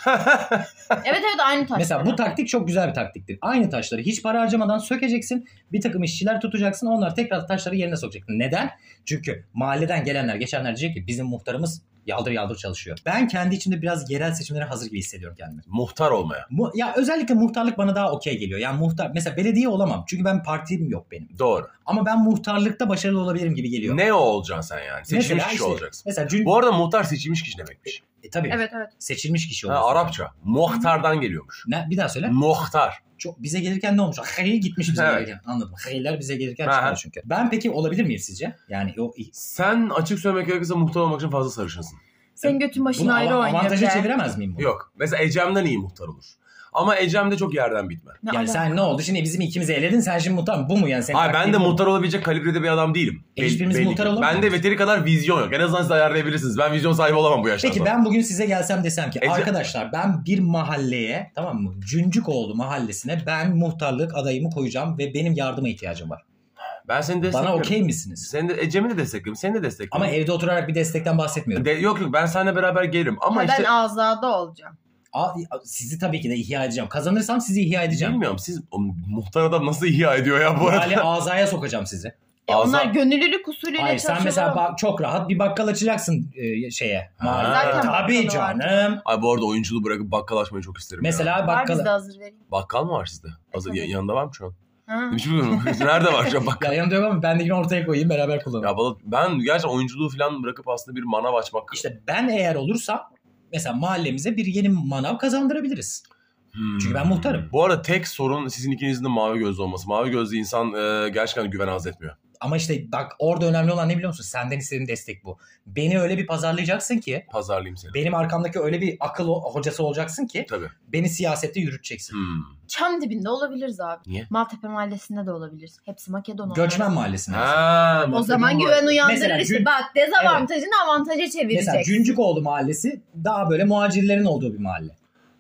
Evet evet aynı taş. Mesela bu taktik çok güzel bir taktiktir. Aynı taşları hiç para harcamadan sökeceksin. Bir takım işçiler tutacaksın. Onlar tekrar taşları yerine sokacaksın. Neden? Çünkü mahalleden gelenler, geçenler diyecek ki bizim muhtarımız yaldır yaldır çalışıyor. Ben kendi içimde biraz yerel seçimlere hazır gibi hissediyorum kendimi. Muhtar olmaya. Mu- ya özellikle muhtarlık bana daha okey geliyor. Yani muhtar mesela belediye olamam. Çünkü ben partim yok benim. Doğru. Ama ben muhtarlıkta başarılı olabilirim gibi geliyor. Ne o olacaksın sen yani? Seçilmiş Mesela kişi işte- olacaksın. Mesela cün... Bu arada muhtar seçilmiş kişi demekmiş. E, tabii. Evet evet. Seçilmiş kişi Ha, oluyor. Arapça. Muhtardan geliyormuş. Ne? Bir daha söyle. Muhtar. Çok bize gelirken ne olmuş? Hayır gitmiş bize Evet. gelirken. Anladım. Hayırlar bize gelirken Aha. çıkar çünkü. Ben peki olabilir miyim sizce? Yani o Sen açık söylemek gerekirse muhtar olmak için fazla sarışınsın. Senin götün başına bunu ayrı av- oynuyor. avantaja be. çeviremez miyim bunu? Yok. Mesela Ecem'den iyi muhtar olur. Ama Ecem'de çok yerden bitme. Ne Yani alaka? sen ne oldu? Şimdi bizim ikimizi eledin. Sen şimdi muhtar mı? Bu mu yani? Senin Hayır ben de taktiğin bu mu? muhtar olabilecek kalibrede bir adam değilim. E, Belli- hiçbirimiz belli muhtar ki. olamayız. Bende veteri kadar vizyon yok. En azından siz ayarlayabilirsiniz. Ben vizyon sahibi olamam bu yaştan Peki sonra. ben bugün size gelsem desem ki Ece- arkadaşlar ben bir mahalleye tamam mı? Cüncükoğlu mahallesine ben muhtarlık adayımı koyacağım ve benim yardıma ihtiyacım var. Ben seni desteklerim. Bana okey misiniz? Seni de, Ecem'i de desteklerim. Seni de desteklerim. Ama evde oturarak bir destekten bahsetmiyorum. De, yok yok ben seninle beraber gelirim. Ama Ha, işte Ben azada olacağım. Aa, sizi tabii ki de ihya edeceğim. Kazanırsam sizi ihya edeceğim. bilmiyorum siz o muhtar adam nasıl ihya ediyor ya bu arada. Mahalle azaya sokacağım sizi. E Ağza- onlar gönüllülük usulüyle Hayır sen çalışıyorlar. mesela bak, çok rahat bir bakkal açacacaksın e, şeye. Ha. Mahalle. Zaten Tabii bakkalı var. canım. Ay bu arada oyunculuğu bırakıp bakkal açmayı çok isterim ya. Mesela Var bakkal. bizde hazır vereyim. Bakkal mı var sizde? Hazır tabii. ya- yanında var mı şu an? Ha. Hiç bilmiyorum. Nerede var şu an bakkal? Ya yanımda yok ama ben de yine ortaya koyayım beraber kullanalım. Ya bana, ben gerçekten oyunculuğu falan bırakıp aslında bir manav açmak. İşte ben eğer olursam mesela mahallemize bir yeni manav kazandırabiliriz. Hmm. Çünkü ben muhtarım. Bu arada tek sorun sizin ikinizin de mavi gözlü olması. Mavi gözlü insan e, gerçekten güven haz etmiyor. Ama işte bak orada önemli olan ne biliyor musun? Senden istediğim destek bu. Beni öyle bir pazarlayacaksın ki Pazarlayayım seni. benim arkamdaki öyle bir akıl o- hocası olacaksın ki Tabii. beni siyasette yürüteceksin. Hmm. Çam dibinde olabiliriz abi. Niye? Maltepe Mahallesi'nde de olabiliriz. Hepsi Makedon. Göçmen mahallesine. Ha, O zaman güven uyandırır Mesela işte. Cün- Bak dezavantajını avantaja Mesela çevireceksin. Cüncükoğlu mahallesi daha böyle muhacirlerin olduğu bir mahalle.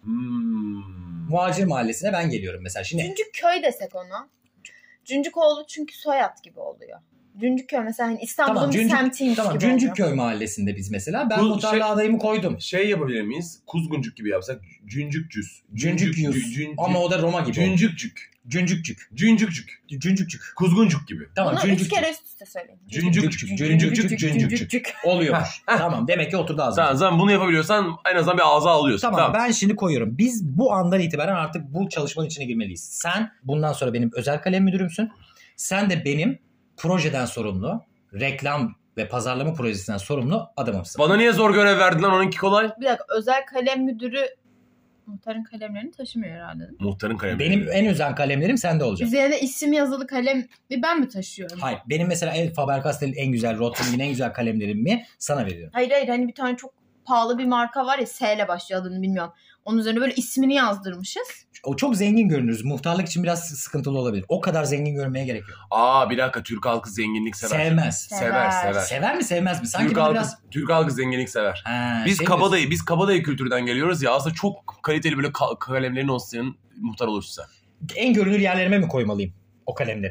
Hmm. Muhacir mahallesine ben geliyorum mesela. Şimdi Cüncük köy desek ona. Cüncükoğlu çünkü soyad gibi oluyor. Cüncükköy mesela hani İstanbul'un tamam bir Cüncük, semtiymiş tamam, gibi oluyor. Cüncükköy mahallesinde biz mesela ben Bu muhtarlığa şey- adayımı koydum. Şey yapabilir miyiz? Kuzguncuk gibi yapsak. Cüncükcüz. Cüncük yüz. cün- Ama o da Roma gibi. oldu. Cüncükcük. Cüncükcük. Cüncükcük. Cüncükcük. Kuzguncuk gibi. Tamam Bunu üç cüncükcük. kere üst üste söyleyin. Cüncükcük. Cüncükcük. Cüncükcük. Cüncükcük. Oluyormuş. Tamam demek ki oturdu ağzına. Sen, sen bunu yapabiliyorsan en azından bir ağza alıyorsun. Tamam, ben şimdi koyuyorum. Biz bu andan itibaren artık bu çalışmanın içine girmeliyiz. Sen bundan sonra benim özel kalem müdürümsün. Sen de benim projeden sorumlu, reklam ve pazarlama projesinden sorumlu adamımsın. Bana niye zor görev verdin lan onunki kolay? Bir dakika özel kalem müdürü muhtarın kalemlerini taşımıyor herhalde değil mi? Muhtarın kalemi. Benim en özel kalemlerim sende olacak. Üzerine isim yazılı kalem bir ben mi taşıyorum? Hayır. Benim mesela el Faber-Castell'in en güzel, Rotring'in en güzel kalemlerimi sana veriyorum. Hayır hayır hani bir tane çok pahalı bir marka var ya S ile başlıyor adını bilmiyorum. Onun üzerine böyle ismini yazdırmışız. O çok zengin görünürüz. Muhtarlık için biraz sıkıntılı olabilir. O kadar zengin görmeye gerek yok. Aa bir dakika Türk halkı zenginlik sever. Sevmez. Sever sever. Sever mi sevmez mi? Sanki Türk bana halkı, biraz... Türk halkı zenginlik sever. Ha, Biz şey kabadayı, biz kabadayı kültürden geliyoruz ya. Aslında çok kaliteli böyle ka- kalemlerin olsun senin muhtar olursun sen. diyorsun. En görünür yerlerime mi koymalıyım o kalemleri?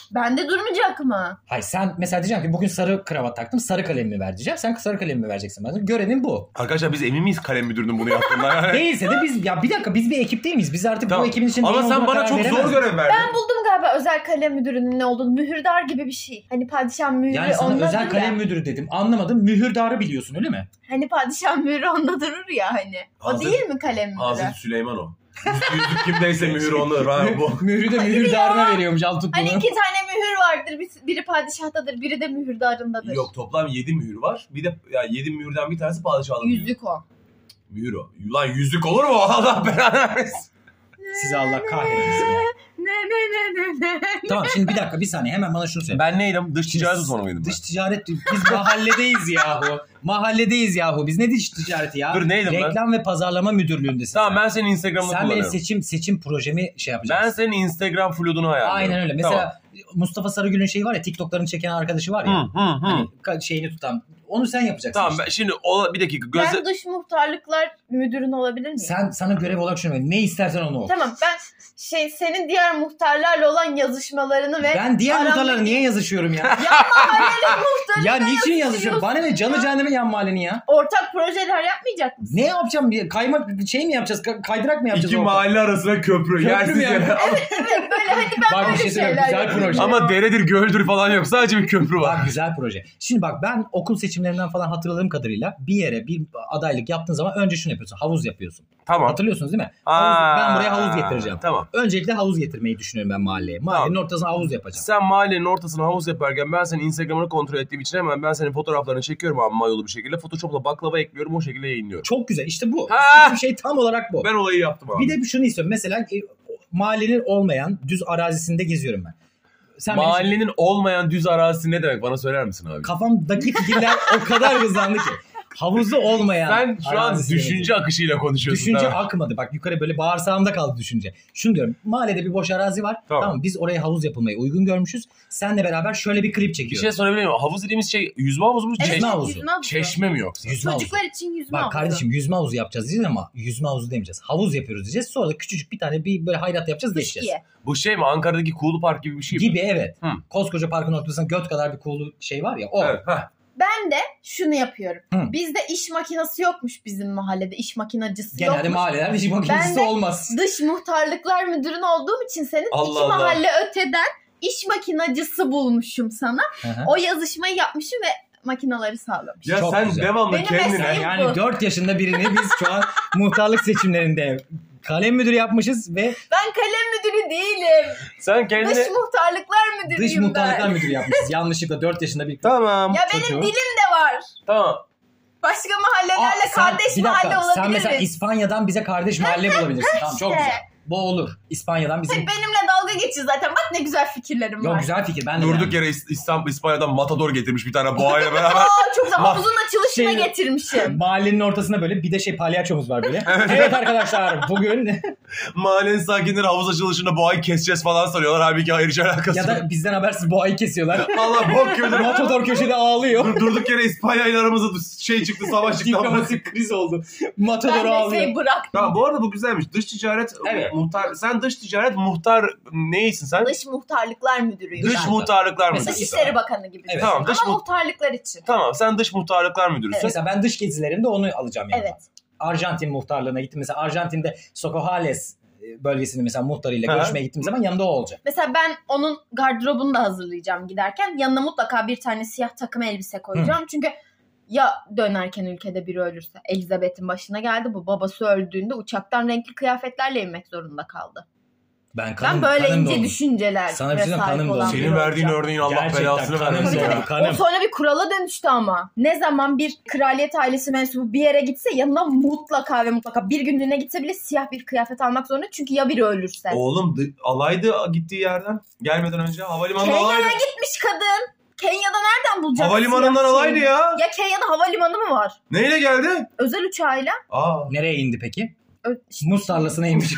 Bende durmayacak mı? Hayır sen mesela diyeceğim ki bugün sarı kravat taktım, sarı kalemimi ver diyeceğim. Sen sarı kalemimi vereceksin bana. Görevin bu. Arkadaşlar biz emin miyiz kalem müdürünün bunu yaptığından? Yani? Değilse de biz ya bir dakika biz bir ekip değil miyiz? Biz artık Tamam. bu ekibin içinde Ama neyin sen olduğuna bana karar çok veremezsin. zor görev verdin. Ben buldum galiba özel kalem müdürünün ne olduğunu. Mühürdar gibi bir şey. Hani padişah mühürü Yani sana ondadır özel kalem ya. müdürü dedim. Anlamadım. Mühürdarı biliyorsun öyle mi? Hani padişah mühürü onda durur ya hani. O Hazır- değil mi kalem müdürü? Hazreti Süleyman o. Yüzük kimdeyse mühür onur. Ha, bu. Mührü de mühürdarına veriyormuş. Al tut Hani bunu. iki tane mühür vardır. Bir- Biri padişahtadır, biri de mühürdarındadır. Yok toplam yedi mühür var. Bir de ya yedi mühürden bir tanesi padişahlık mühür. Yüzük o. Mühür o. Lan yüzük olur mu? Allah belanı versin. Size Allah kahretsin ya. Ne ne ne ne ne. Tamam şimdi bir dakika bir saniye hemen bana şunu söyle. Ben neydim? Dış ticaret uzmanı mıydım ben? Dış ticaret biz mahalledeyiz yahu. Mahalledeyiz yahu. Biz ne dış ticareti ya? Dur, neydim ben? Reklam ve pazarlama müdürlüğündesin. Tamam sen. ben senin Instagram'ını Sen benim kullanıyorum. seçim seçim projemi şey yapacaksın. Ben senin Instagram fludunu ayarlıyorum. Aynen öyle. Mesela Tamam. Mustafa Sarıgül'ün şeyi var ya, TikTok'ların çeken arkadaşı var ya. Hı hı hı. Hani ka- şeyini tutan. Onu sen yapacaksın. Tamam işte. ben şimdi o, bir dakika göze... Ben dış muhtarlıklar müdürün olabilir miyim? Sen sana görev olarak şunu ver. Ne istersen onu ol. Tamam ben şey senin diğer muhtarlarla olan yazışmalarını ve Ben diğer aramdaki- muhtarlara niye yazışıyorum ya? Ya mahallenin muhtarıyla Ya niçin yazışıyorum? yazışıyorsun. Bana ne canı cehenneme yan mahalleni ya? Ortak projeler yapmayacak mısın? Ne yapacağım? Bir kaymak şey mi yapacağız? Ka- Kaydırak mı yapacağız? İki orada? mahalle arasında köprü. Köprü Yersiz mü yani? yere. Ama, Evet böyle hadi ben Bak bir böyle şey söyleyeyim, şeyler güzel yapıyorum. proje. ama deredir göldür falan yok. Sadece bir köprü var. Bak güzel proje. Şimdi bak ben okul seçimlerinden falan hatırladığım kadarıyla bir yere bir adaylık yaptığın zaman önce şunu yapıyorsun. Havuz yapıyorsun. Tamam. Hatırlıyorsunuz değil mi? Aa, Havuz, ben buraya havuz getireceğim. Tamam. Öncelikle havuz getirmeyi düşünüyorum ben mahalleye. Mahallenin ortasına havuz yapacağım. Sen mahallenin ortasına havuz yaparken ben senin Instagram'ını kontrol ettiğim için hemen ben senin fotoğraflarını çekiyorum abi mayolu bir şekilde. Photoshop'la baklava ekliyorum o şekilde yayınlıyorum. Çok güzel. İşte bu. Ha! İstediğim şey tam olarak bu. Ben olayı yaptım abi. Bir de şunu istiyorum. Mesela e, mahallenin olmayan düz arazisinde geziyorum ben. Sen benim- Mahallenin olmayan düz arazisi ne demek? Bana söyler misin abi? kafamdaki fikirler o kadar hızlandı ki. Havuzu olmayan Sen şu an arazisinde düşünce akışıyla konuşuyorsun. Düşünce tamam. akmadı. Bak yukarı böyle bağırsağımda kaldı düşünce. Şunu diyorum. Mahallede bir boş arazi var. Tamam. Tamam. Biz oraya havuz yapılmayı uygun görmüşüz. Senle beraber şöyle bir klip Bir çekiyoruz. şey sorabilir miyim? Havuz dediğimiz şey yüzme havuzu mu? Evet, Yüzme havuzu. yüzme havuzu. Çeşme mi yoksa? Yüzme havuzu. Çocuklar için yüzme Bak havuzu. kardeşim yüzme havuzu yapacağız diyeceğiz ama yüzme havuzu demeyeceğiz. Havuz yapıyoruz diyeceğiz. Sonra da küçücük bir tane bir böyle hayrat yapacağız geçeceğiz. Fışkiye. Bu şey mi? Ankara'daki Kuğulu Park gibi bir şey mi? Gibi evet. Hı. Koskoca parkın ortasında göt kadar bir kuğulu şey var ya o. Evet. Heh. Ben de şunu yapıyorum. Hı. Bizde iş makinesi yokmuş bizim mahallede. İş makinacısı Genelde yokmuş. mahallelerde iş makinesi Ben de- olmaz. Dış muhtarlıklar müdürün olduğum için senin Allah iki Allah. mahalle öteden iş makinacısı bulmuşum sana. Hı hı. O yazışmayı yapmışım ve makinaları sağlamışım. Ya Çok sen güzel. devamlı Benim kendine... mesleğim- Yani bu. dört yaşında birini biz şu an muhtarlık seçimlerinde kalem müdürü yapmışız ve Ben kalem müdürü değilim. Sen kendine... Dış muhtarlıklar müdürüyüm dış muhtarlıklar ben. müdürü yapmışız. Yanlışlıkla dört yaşında bir Tamam. Ya benim çocuğu. dilim de var. Tamam. Başka mahallelerle Aa, sen- kardeş bir dakika, mahalle olabiliriz. Sen mesela İspanya'dan bize kardeş mahalle bulabilirsin. Tamam çok işte. güzel. Bu olur. İspanya'dan bizim... Hep benimle dalga geçiyor zaten. Bak ne güzel fikirlerim Yok var. güzel fikir. Ben de Durduk beğendim. yere İs- İstanbul, İspanya'dan matador getirmiş bir tane boğayla beraber. Aa çok güzel. Ma- Havuzun açılışına Şey- getirmişim. Mahallenin ortasında böyle bir de şey palyaçomuz var böyle. Evet arkadaşlar bugün Mahallenin sakinleri havuz açılışında boğayı keseceğiz falan sanıyorlar. Halbuki hayır hiç alakası ya yok. da bizden habersiz boğayı kesiyorlar. Allah bok gibi. Matador köşede ağlıyor. Dur, durduk yere İspanya ile aramızda şey çıktı, savaş çıktı. Diplomatik kriz oldu. Matador Ben ağlıyor. mesleği bıraktım. Tamam bu arada bu güzelmiş. Dış ticaret Evet. muhtar. Sen dış ticaret muhtar neysin sen? Dış muhtarlıklar müdürüyüm Dış ben. muhtarlıklar Mesela müdürü. Dışişleri Bakanı gibi. Evet. Tamam dış Ama mu- muhtarlıklar için. Tamam sen dış muhtarlıklar müdürüsün. Mesela ben dış gezilerimde onu alacağım yani. Evet. Arjantin muhtarlığına gittim. Mesela Arjantin'de Socojales bölgesinin mesela muhtarıyla Hı. görüşmeye gittiğim zaman yanında o olacak. Mesela ben onun gardırobunu da hazırlayacağım giderken. Yanına mutlaka bir tane siyah takım elbise koyacağım. Çünkü ya dönerken ülkede biri ölürse. Elizabeth'in başına geldi bu. Babası öldüğünde uçaktan renkli kıyafetlerle inmek zorunda kaldı. Ben, kanım, Ben böyle kanım ince doldu. düşünceler Sana bir ve şey diyeyim, sahip kanım olan doldu. biri Senin verdiğin olacağım. örneğin Allah Gerçekten belasını kanım vermesin. doldu. ya. Kanım. O sonra bir kurala dönüştü ama. Ne zaman bir kraliyet ailesi mensubu bir yere gitse yanına mutlaka ve mutlaka bir günlüğüne gitse bile siyah bir kıyafet almak zorunda. Çünkü ya biri ölürse. Oğlum dı- alaydı gittiği yerden. Gelmeden önce havalimanında Kenya'ya alaydı. gitmiş kadın. Kenya'da nereden bulacak? Havalimanından siyah alaydı şeyi? ya. Ya Kenya'da havalimanı mı var? Neyle geldi? Özel uçağıyla. Aa. Nereye indi peki? Ö- Muz tarlasına inmiş.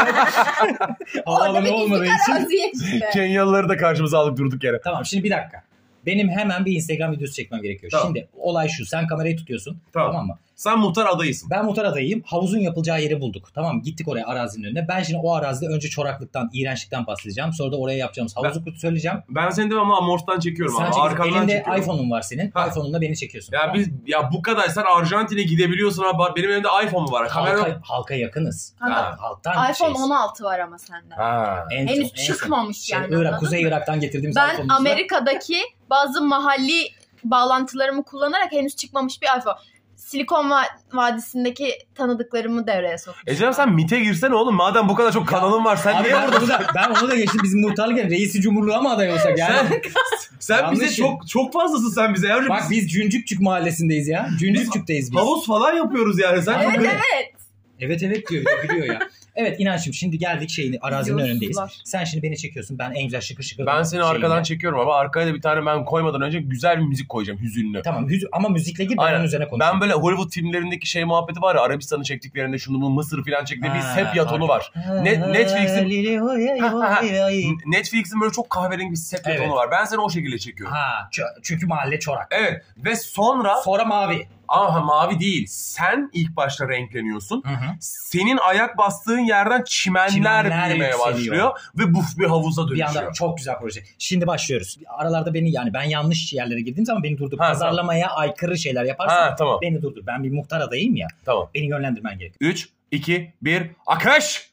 Orada Havaalanı bir olmadığı gizli için. araziye işte. Kenyalıları da karşımıza aldık durduk yere. Tamam şimdi bir dakika. Benim hemen bir Instagram videosu çekmem gerekiyor. Tamam. Şimdi olay şu. Sen kamerayı tutuyorsun. Tamam. Tamam, mı? Sen muhtar adayısın. Ben muhtar adayıyım. Havuzun yapılacağı yeri bulduk. Tamam, gittik oraya arazinin önüne. Ben şimdi o arazide önce çoraklıktan, iğrençlikten bahsedeceğim. Sonra da oraya yapacağımız havuzu ben, söyleyeceğim. Ben seni devamlı amorttan çekiyorum sen abi. Çek, Arkamdan elinde çekiyorum. iPhone'un var senin. Ha. iPhone'unla beni çekiyorsun. Ya biz ya bu kadar sen Arjantin'e gidebiliyorsun abi. Benim elimde iPhone mu var? Halka, Kamera... halka yakınız. Ha. Halktan iPhone şeyiz. on altı var ama sende. Ha. En Henüz çok, en çıkmamış son. yani. Şey, Irak, Kuzey Irak'tan getirdiğimiz ben iPhone'umuzla. Amerika'daki bazı mahalli bağlantılarımı kullanarak henüz çıkmamış bir iPhone. Silikon Vadisi'ndeki tanıdıklarımı devreye soktum. Ecem sen MİT'e girsene oğlum. Madem bu kadar çok kanalın var. Sen abi niye ben burada? Onu da, ben onu da geçtim. Bizim muhtarlıkken reisi cumhurluğa mı aday olsak yani? Sen, sen bize şey. çok çok fazlasın sen bize. Yani Bak biz Cüncükçük mahallesindeyiz ya. Cüncükçük'teyiz biz. Havuz falan yapıyoruz yani. Sen Evet çok... evet. Evet evet diyor, biliyor ya. Evet İnancığım, şimdi geldik şeyini arazinin Biliyorsunuz önündeyiz. var. Sen şimdi beni çekiyorsun. Ben en güzel şıkır şıkır. Ben seni arkadan şeyine. çekiyorum ama arkaya da bir tane ben koymadan önce güzel bir müzik koyacağım, hüzünlü. Tamam hüz- ama müzikle gir, ben onun üzerine konuşayım. Ben böyle Hollywood filmlerindeki şey muhabbeti var ya, Arabistan'ı çektiklerinde şunu bu Mısır falan çektiğinde bir sepya tonu var. Ne, Netflix'in Netflix'in böyle çok kahverengi bir sepya evet. tonu var. Ben seni o şekilde çekiyorum. Ha, ç- çünkü mahalle çorak. Evet ve sonra sonra mavi. Aha mavi değil. Sen ilk başta renkleniyorsun. Hı hı. Senin ayak bastığın yerden çimenler, çimenler büyümeye başlıyor ve buf bir havuza dönüşüyor. Bir anda çok güzel proje. Şimdi başlıyoruz. Aralarda beni yani ben yanlış yerlere girdiğim zaman beni durdur. Ha, pazarlamaya tamam. aykırı şeyler yaparsan ha, tamam. beni durdur. Ben bir muhtar adayım ya. Tamam. Beni yönlendirmen gerekiyor. üç, iki, bir, akış!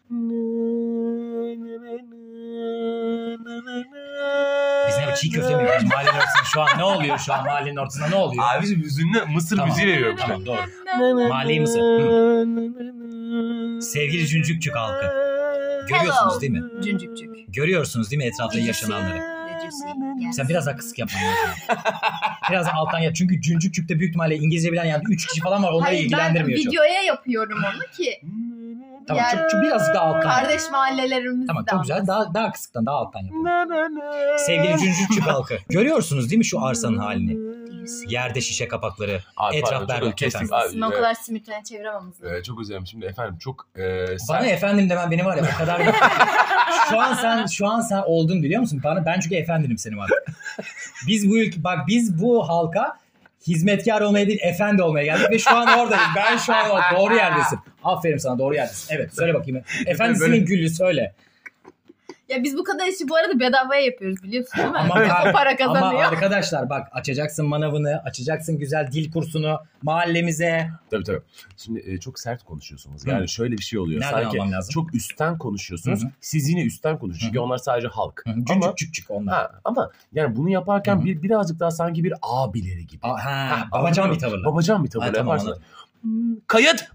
Biz ne çiğ köfte mi yapıyoruz mahallenin ortasında şu an? Ne oluyor şu an mahallenin ortasında, ne oluyor? Abiciğim hüzünlü Mısır tamam. müziği veriyorum. Tamam doğru. Mahalleyi Mısır. Hı. Sevgili Cüncükçük halkı. Görüyorsunuz Hello. değil mi? Cüncükçük. Görüyorsunuz değil mi etrafta yaşananları? Sen biraz daha kısık yapman lazım. Biraz da alttan yap. Çünkü Cüncükçük'te büyük ihtimalle İngilizce bilen yani üç kişi falan var. Onları Hayır, ilgilendirmiyor ben çok. videoya yapıyorum onu ki. Tamam yani, çok, çok biraz daha alttan. Kardeş mahallelerimiz. Tamam çok güzel. Daha, daha kısıktan, daha alttan yapalım. Sevgili Cüncükçük halkı. Görüyorsunuz değil mi şu arsanın halini? Yerde şişe kapakları, abi, etraf berbat. Kestik. Abi, o kadar simultane çevirememiz. Ee, çok özledim şimdi efendim. Çok e, sen... Bana efendim demen beni var ya o kadar. şu an sen şu an sen oldun biliyor musun? Bana ben çünkü efendinim senin var. Biz bu ülke bak biz bu halka hizmetkar olmaya değil efendi olmaya geldik ve şu an oradayım. Ben şu an doğru yerdesin. Aferin sana, doğru yerdesin. Evet söyle bakayım. Efendisinin gülü söyle. Ya biz bu kadar işi bu arada bedavaya yapıyoruz biliyorsun değil mi? Ama, o para kazanıyor. Ama arkadaşlar bak açacaksın manavını, açacaksın güzel dil kursunu mahallemize. Tabii tabii. Şimdi e, çok sert konuşuyorsunuz. Yani Hı. şöyle bir şey oluyor. Nereden sanki almam lazım? Çok üstten konuşuyorsunuz. Hı-hı. Siz yine üstten konuşuyorsunuz. Çünkü onlar sadece halk. Cüncük cüncük onlar. Ha, ama yani bunu yaparken bir, birazcık daha sanki bir abileri gibi. A, ha, ha, babacan bir tavırla. Babacan bir tavırla tamam, yaparsın. Kayıt.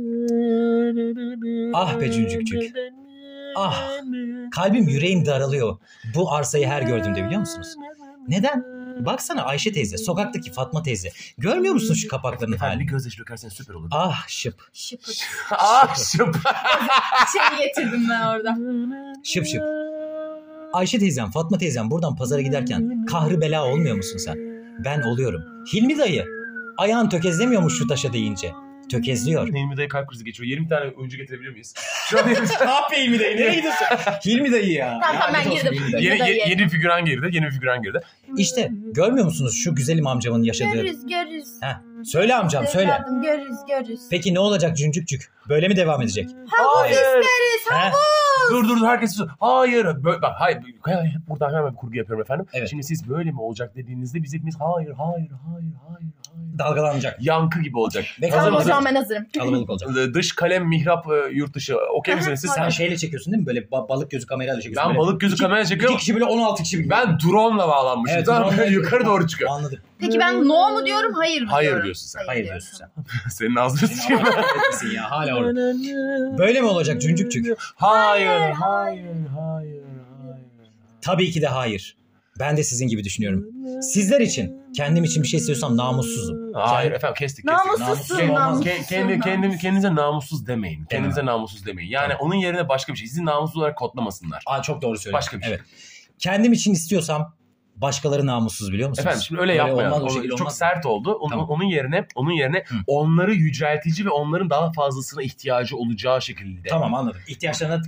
Ah be Cüncükçük. Ah, kalbim yüreğim daralıyor bu arsayı her gördüğümde biliyor musunuz? Neden? Baksana Ayşe teyze, sokaktaki Fatma teyze. Görmüyor musun şu kapaklarını halini? Bir gözyaşı dökersen süper olur. Ah şıp. Şıp. Ah şıp. Şey getirdim ben orada. Şıp şıp. Ayşe teyzem, Fatma teyzem buradan pazara giderken kahrı bela olmuyor musun sen? Ben oluyorum. Hilmi dayı, ayağın tökezlemiyormuş şu taşa deyince. Tökezliyor. Hilmi dayı kalp krizi geçiyor. yirmi tane oyuncu getirebilir miyiz? Şu an ne yapayım Hilmi dayı? Nereye gidiyorsun? Hilmi dayı ya. Tamam tamam ben girdim. Yeni, yeni, yeni figüran girdi. Yeni figüran girdi. İşte görmüyor musunuz şu güzelim amcamın yaşadığı? Görürüz görürüz. Heh, söyle amcam söyle. Evladım, görürüz görürüz. Peki ne olacak Cüncükçük? Böyle mi devam edecek? Havuz isteriz havuz. Dur dur herkes sus. Hayır. Böyle, bak hayır. Buradan hemen bir kurgu yapıyorum efendim. Evet. Şimdi siz böyle mi olacak dediğinizde biz hepimiz hayır hayır hayır hayır. Dalgalanacak. Yankı gibi olacak. Tamam o zaman ben hazırım. Kalabalık olacak. Dış kalem mihrap yurt dışı. Okey misiniz siz? Sen şeyle çekiyorsun değil mi? Böyle ba- balık gözü kamerayla çekiyorsun. Ben böyle balık gözü iki, kamerayla çekiyorum. İki kişi böyle on altı kişi gibi. Ben drone'la bağlanmışım. Evet, tamam drone yukarı doğru çıkıyor. Anladım. Peki ben no mu diyorum hayır mı hayır diyorum? diyorsun sen. Hayır, hayır diyorsun sen. Senin ağzını sıçayım. Senin ya hala orada. Böyle mi olacak Cüncükçük? Hayır, hayır, hayır, hayır. Tabii ki de hayır. Ben de sizin gibi düşünüyorum. Sizler için, kendim için bir şey istiyorsam namussuzum. Hayır Yani, efendim kestik kestik. Namussuzsun, Namussuz. namussuzsun. Kendi, kendi, kendinize namussuz demeyin. Kendinize evet. namussuz demeyin. Yani evet. onun yerine başka bir şey. Sizi namussuz olarak kodlamasınlar. Aa, çok doğru söylüyorsun. Başka bir şey. Evet. Kendim için istiyorsam başkaları namussuz biliyor musunuz? Efendim şimdi öyle yapmayalım. Çok olmaz. Sert oldu. Onun, tamam. onun yerine onun yerine Hı. onları yüceltici ve onların daha fazlasına ihtiyacı olacağı şekilde. Tamam anladım. İhtiyaçlarına... Ha.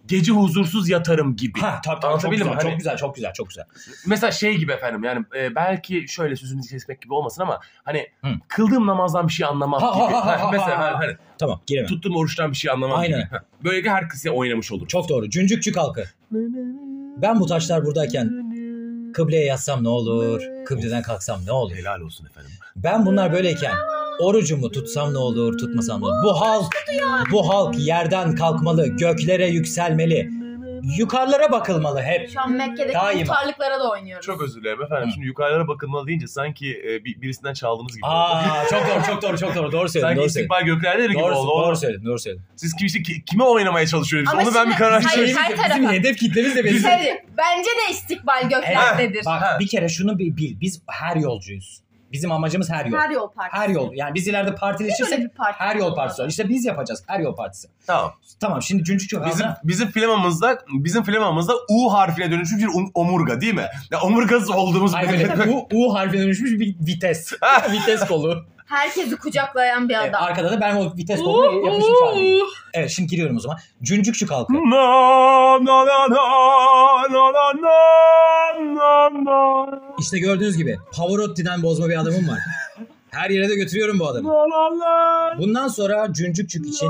gece huzursuz yatarım gibi. Ha tabii tabii çok Anlatabildim güzel, mi? çok Hani- güzel, çok güzel, çok güzel. Mesela şey gibi efendim yani e, belki şöyle sözünüzü kesmek gibi olmasın ama hani Hı. kıldığım namazdan bir şey anlamam Ha, gibi. ha, ha, Ha, ha, mesela ha, ha. hani Tamam, giremem. tuttuğum oruçtan bir şey anlamam Aynen. gibi. Ha, böylelikle herkese oynamış olur. Çok doğru. Cüncükçük halkı. Ben bu taşlar buradayken kıbleye yatsam ne olur? Kıbleden kalksam ne olur? Helal olsun efendim. Ben bunlar böyleyken orucumu tutsam ne olur, tutmasam ne olur? Bu halk, bu halk yerden kalkmalı, göklere yükselmeli, yukarılara bakılmalı hep. Şu an Mekke'deki Daima. muhtarlıklara da oynuyoruz. Çok özür dilerim efendim. Hı. Şimdi yukarılara bakılmalı deyince sanki e, bir, birisinden çaldığınız gibi oldu. Aa, çok doğru, çok doğru, çok doğru. Doğru söyledin, Sanki doğru söyledin. istikbal göklerdedir gibi Doğru, oldu. doğru söyledin, doğru söyledin. Siz kim, işte, ki- kime oynamaya çalışıyorsunuz? Ama Onu ben şimdi- bir karar hayır, veriyorum. her tarafa. Bizim hedef kitlemiz de bizim. Şey, bence de istikbal göklerdedir. Bak Ha. bir kere şunu bir bil. Biz her yolcuyuz. Bizim amacımız her yol. Her yol partisi. Her yol. Yani biz ileride Böyle partileşirsek bir parti. her yol partisi var. İşte biz yapacağız. Her yol partisi. Tamam. Tamam şimdi Cüncükçük Bizim halkına... bizim flemamızda bizim flemamızda U harfine dönüşmüş bir um- omurga değil mi? Ya omurgası olduğumuz Hayır bir böyle U, U harfine dönüşmüş bir vites. vites kolu. Herkesi kucaklayan bir Evet, adam. arkada da ben o vites koluna yapışmış haliyim. Evet şimdi giriyorum o zaman. Cüncükçük halkı. Na na na na na na na na İşte gördüğünüz gibi Pavarotti'den bozma bir adamım var. Her yere de götürüyorum bu adamı. na. Bundan sonra Cüncükçük için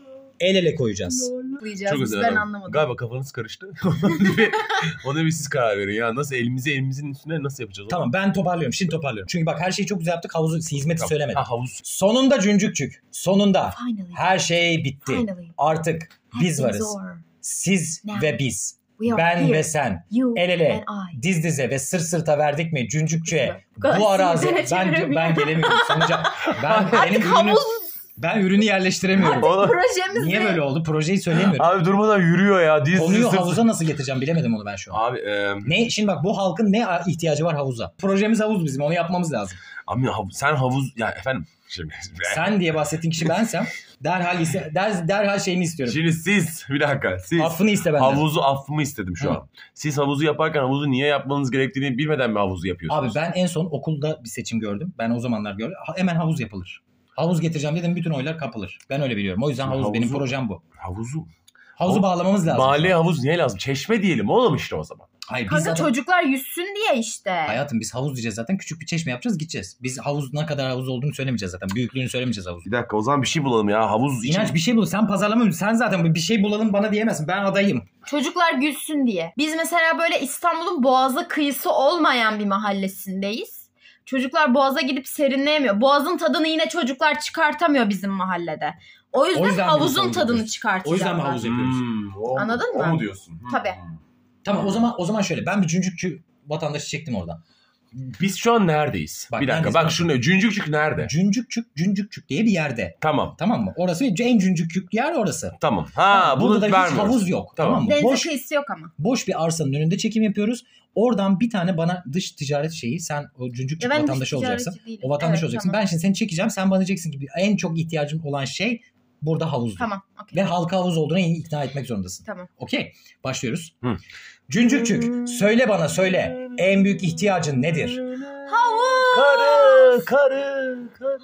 el ele koyacağız. Diyeceğiz. Çok Biz özür ben dilerim. anlamadım. Galiba kafanız karıştı. Ona bir, ona bir siz karar verin ya. Nasıl elimizi elimizin üstüne nasıl yapacağız? Tamam ben toparlıyorum. Şimdi toparlıyorum. Çünkü bak her şeyi çok güzel yaptık. Havuzu hizmeti Tamam. söylemedim. Ha, havuz. Sonunda Cüncükçük. Sonunda. Finally. Her şey bitti. Finally. Artık biz Everything's varız. over. Siz Now. ve biz. We are Ben here. ve sen. You El ele, and I. diz dize ve sırt sırta verdik mi Cüncükçü'ye? Bu kadar Bu arazi sinirle ben çeviremiyorum. ben gelemiyorum sonuca. Ben benim Artık ürünü havuz ben ürünü yerleştiremiyorum. Oğlum, projemiz Niye ne? böyle oldu? Projeyi söyleyemiyorum. abi durmadan yürüyor ya. Diz, Konuyu diz- havuza nasıl getireceğim bilemedim onu ben şu an. Abi, e, Ne şimdi bak bu halkın ne ihtiyacı var havuza? Projemiz havuz bizim onu yapmamız lazım. abi hav- sen havuz ya efendim şimdi Sen diye bahsettiğin kişi bensem derhal ise der, derhal şeyini istiyorum. şimdi siz bir dakika siz Affını iste benden. havuzu affımı istedim şu Hı. an. Siz havuzu yaparken havuzu niye yapmanız gerektiğini bilmeden mi havuzu Abi yapıyorsunuz? ben en son okulda bir seçim gördüm. Ben o zamanlar gördüm. Ha- Hemen havuz yapılır. Havuz getireceğim dedim bütün oylar kapılır. Ben öyle biliyorum. O yüzden Şimdi havuz benim havuzu- projem bu. Havuzu Havuzu Hav- bağlamamız lazım. mahalleye havuz niye lazım? Çeşme diyelim oğlum işte o zaman. Hayır biz Kanka zaten... çocuklar yüzsün diye işte. Hayatım biz havuz diyeceğiz zaten. Küçük bir çeşme yapacağız gideceğiz. Biz havuz ne kadar havuz olduğunu söylemeyeceğiz zaten. Büyüklüğünü söylemeyeceğiz havuz. Bir dakika o zaman bir şey bulalım ya havuz için. İnanç bir şey bul. Sen pazarlama sen zaten bir şey bulalım bana diyemezsin. Ben adayım. Çocuklar gülsün diye. Biz mesela böyle İstanbul'un Boğaz'a kıyısı olmayan bir mahallesindeyiz. Çocuklar Boğaz'a gidip serinleyemiyor. Boğaz'ın tadını yine çocuklar çıkartamıyor bizim mahallede. O yüzden, O yüzden havuzun havuz tadını yapıyoruz. çıkartacaklar. O yüzden mi havuz yapıyoruz? Hmm, o, Anladın o mı? mu diyorsun? Hmm. Tabii. Tamam o zaman o zaman şöyle. Ben bir Cüncükçü vatandaşı çektim oradan. Biz şu an neredeyiz? Bak, bir dakika neredeyiz? bak şunu Cüncükçük nerede? Cüncükçük, Cüncükçük diye bir yerde. Tamam Tamam mı? Orası en cüncükçük yer orası. tamam. Ha Tamam, bunu burada da hiç vermiyoruz. havuz yok. Tamam. Tamam, mı? Denize Boş, kıyısı yok ama. boş bir arsanın önünde çekim yapıyoruz. Oradan bir tane bana dış ticaret şeyi sen o Cüncükçük Ya ben dış vatandaşı olacaksın. ticaretçi değilim. O vatandaş Evet, olacaksın. tamam. Ben şimdi seni çekeceğim. Sen bana diyeceksin ki en çok ihtiyacım olan şey burada havuzdur. Tamam. okey. Ve halka havuz olduğuna ikna etmek zorundasın. Tamam. Okey. Başlıyoruz. Hı. Cüncükçük söyle bana söyle. En büyük ihtiyacın nedir? Havuz. Karı, karı, karı.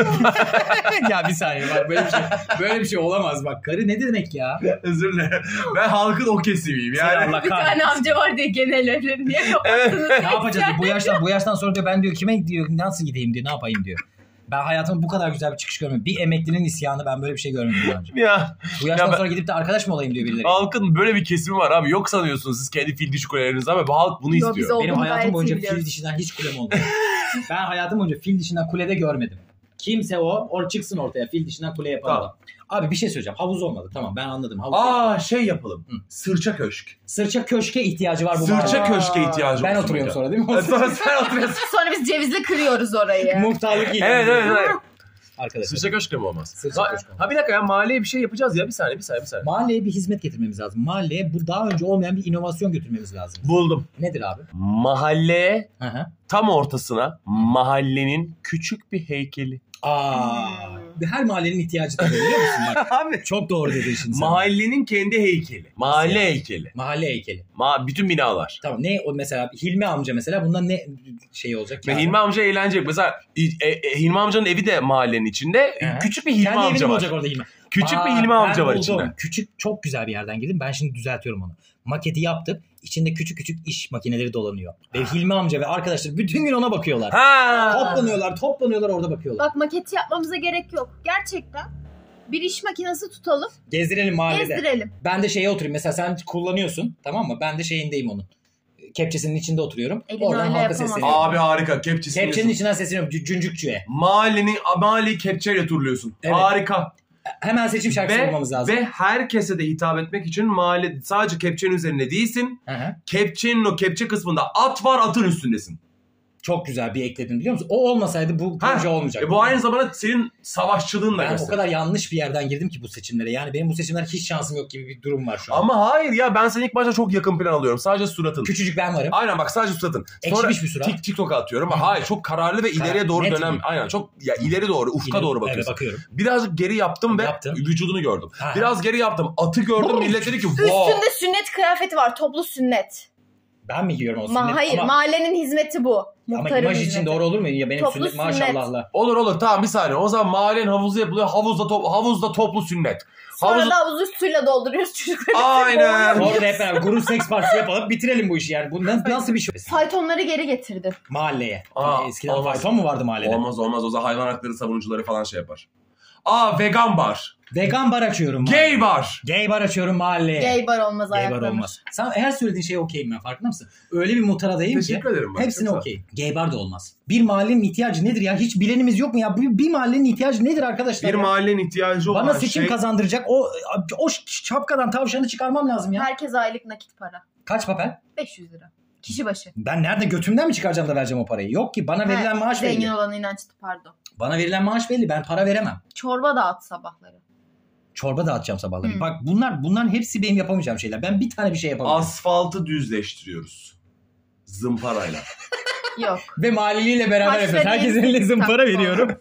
Havuz. ya bir saniye bak böyle bir şey böyle bir şey olamaz bak. Karı ne demek ya? Özür dilerim. Ben halkın o kesimiyim Sen yani. Allah Bir tane kahretsin. amca var diye genel evleri niye kapattınız? Ne yapacağız? Bu yaştan bu yaştan sonra diyor ben diyor kime diyor nasıl gideyim diyor ne yapayım diyor. Ben hayatımda bu kadar güzel bir çıkış görmedim. Bir emeklinin isyanı ben böyle bir şey görmedim daha önce. Ya Bu yaştan Ya ben- sonra gidip de arkadaş mı olayım diyor birileri. halkın böyle bir kesimi var abi. Yok sanıyorsunuz siz kendi fil dişi kuleleriniz ama bu halk bunu Yo, istiyor. biz o- Benim olduğunu hayatım gayet boyunca iyi biliyoruz. fil dişinden hiç kulem olmadı. Ben hayatım boyunca fil dişinden kulede görmedim. Kimse o, o çıksın ortaya fil dişinden kule yapan Tamam. adam. Abi bir şey söyleyeceğim. Havuz olmadı. Tamam ben anladım. Havuz. Aa şey yapalım. Hı. Sırça köşk. Sırça köşke ihtiyacı var bu Sırça mahallede. köşke ihtiyacı Ben olsun oturuyorum ya. sonra değil mi? Sonra sen oturuyorsun. Sonra biz cevizli kırıyoruz orayı. Muhtarlık ilanı. Evet evet evet. Arkadaşlar. Sırça köşkle mi olmaz? Sırça ha, köşk olmaz. ha bir dakika ya mahalleye bir şey yapacağız ya. Bir saniye bir saniye bir saniye. Mahalleye bir hizmet getirmemiz lazım. Mahalleye bu daha önce olmayan bir inovasyon götürmemiz lazım. Buldum. Nedir abi? Mahalleye Hı hı. tam ortasına mahallenin küçük bir heykeli. Aa, her mahallenin ihtiyacı tabii biliyor musun? Bak, Abi. çok doğru dedin şimdi sen. Mahallenin kendi heykeli. Mahalle yani? heykeli. Mahalle heykeli. Ma bütün binalar. Tamam ne o mesela Hilmi amca mesela bundan ne şey olacak? Ve Yani? Hilmi amca eğlenecek. Mesela e, e, Hilmi amcanın evi de mahallenin içinde. Hı. Küçük bir Hilmi Kendi evinin amca var. olacak orada Hilmi. Küçük Aa, bir Hilmi amca ben var buldum. içinde. Küçük, çok güzel bir yerden girdim. Ben şimdi düzeltiyorum onu. Maketi yaptık. İçinde küçük küçük iş makineleri dolanıyor. Ve Hilmi amca ve arkadaşlar bütün gün ona bakıyorlar. Ha. Toplanıyorlar, toplanıyorlar orada bakıyorlar. Bak maketi yapmamıza gerek yok. Gerçekten bir iş makinesi tutalım. Gezdirelim mahallede. Gezdirelim. Ben de şeye oturayım. Mesela sen kullanıyorsun, tamam mı? Ben de şeyindeyim onun. Kepçesinin içinde oturuyorum. Elini Oradan öyle halka yapamazsın. sesleniyorum. Abi harika kepçesini. Kepçenin içinden sesleniyorum. cü- Cüncükçüye. Mahallenin mahalleyi kepçeyle turluyorsun. Evet. Harika. Hemen seçim şarkısı Ve, bulmamız lazım. ve herkese de hitap etmek için mahalle sadece kepçenin üzerinde değilsin. Hı hı. Kepçenin o kepçe kısmında at var, atın üstündesin. Çok güzel bir ekledin biliyor musun? O olmasaydı bu proje Ha, olmayacaktı. E bu aynı zamanda senin savaşçılığın da Ben o gösteriyor. kadar yanlış bir yerden girdim ki bu seçimlere. Yani benim bu seçimler hiç şansım yok gibi bir durum var şu an. Ama hayır ya, ben seni ilk başta çok yakın plan alıyorum. Sadece suratın. Küçücük ben varım. Aynen bak, sadece suratın. Sonra Ekşimiş bir surat. tik- TikTok'a atıyorum. Ama hayır, çok kararlı ve ileriye Karar- doğru net dönem. mi? Aynen, çok ya ileri doğru, ufka İleri- doğru Evet bakıyorsun. bakıyorum. Birazcık geri yaptım ve Yaptın. vücudunu gördüm. Ha. Biraz geri yaptım. Atı gördüm, millet dedi ki wow. Üstünde sünnet kıyafeti var. Toplu sünnet. Ben mi giyiyorum o Ma sünnet? hayır, Ama, mahallenin hizmeti bu. ama Muhtarın imaj hizmeti. için doğru olur mu? Ya benim Toplu sünnet sünnet. maşallahla. Olur olur, tamam, bir saniye. O zaman mahallenin havuzu yapılıyor. Havuzda, top, havuzda toplu sünnet. Sonra Havuz- da havuzu suyla dolduruyoruz çocukları. Aynen. Sonra da hep beraber grup seks partisi yapalım, bitirelim bu işi yani. Bu nasıl, nasıl bir şey? Faytonları geri getirdin. Mahalleye. Aa, Eskiden olmaz. fayton mu vardı mahallede? Olmaz olmaz, o zaman hayvan hakları savunucuları falan şey yapar. Aa, vegan bar. Vegan bar açıyorum. Gay bar. Gay bar açıyorum mahalleye. Gay bar olmaz, Gay bar ayaklanır. olmaz. Sen her söylediğin şeye okeyim ben, farkında mısın? Öyle bir muhtar adayım ki. Teşekkür ederim. bak, Hepsine çok sağ ol. okeyim. Gay bar da olmaz. Bir mahallenin ihtiyacı nedir ya? Hiç bilenimiz yok mu ya? Bir, bir mahallenin ihtiyacı nedir arkadaşlar Bir ya? mahallenin ihtiyacı olan Bana seçim şey... kazandıracak o o şapkadan tavşanı çıkarmam lazım ya. Herkes aylık nakit para. Kaç papel? beş yüz lira. Kişi başı. Ben nerede götümden mi çıkaracağım da vereceğim o parayı? Yok ki, bana verilen Ha, maaş zengin belli. olan inançlı, pardon. Bana verilen maaş belli. Ben para veremem. Çorba dağıt sabahları. Çorba dağıtacağım sabahları. Hı. Bak bunlar bunların hepsi benim yapamayacağım şeyler. Ben bir tane bir şey yapamam. Asfaltı düzleştiriyoruz. Zımparayla. Yok. Ve mahalleliyle beraber Taş yapıyoruz. ve Herkes benzin eline zımpara takma. veriyorum.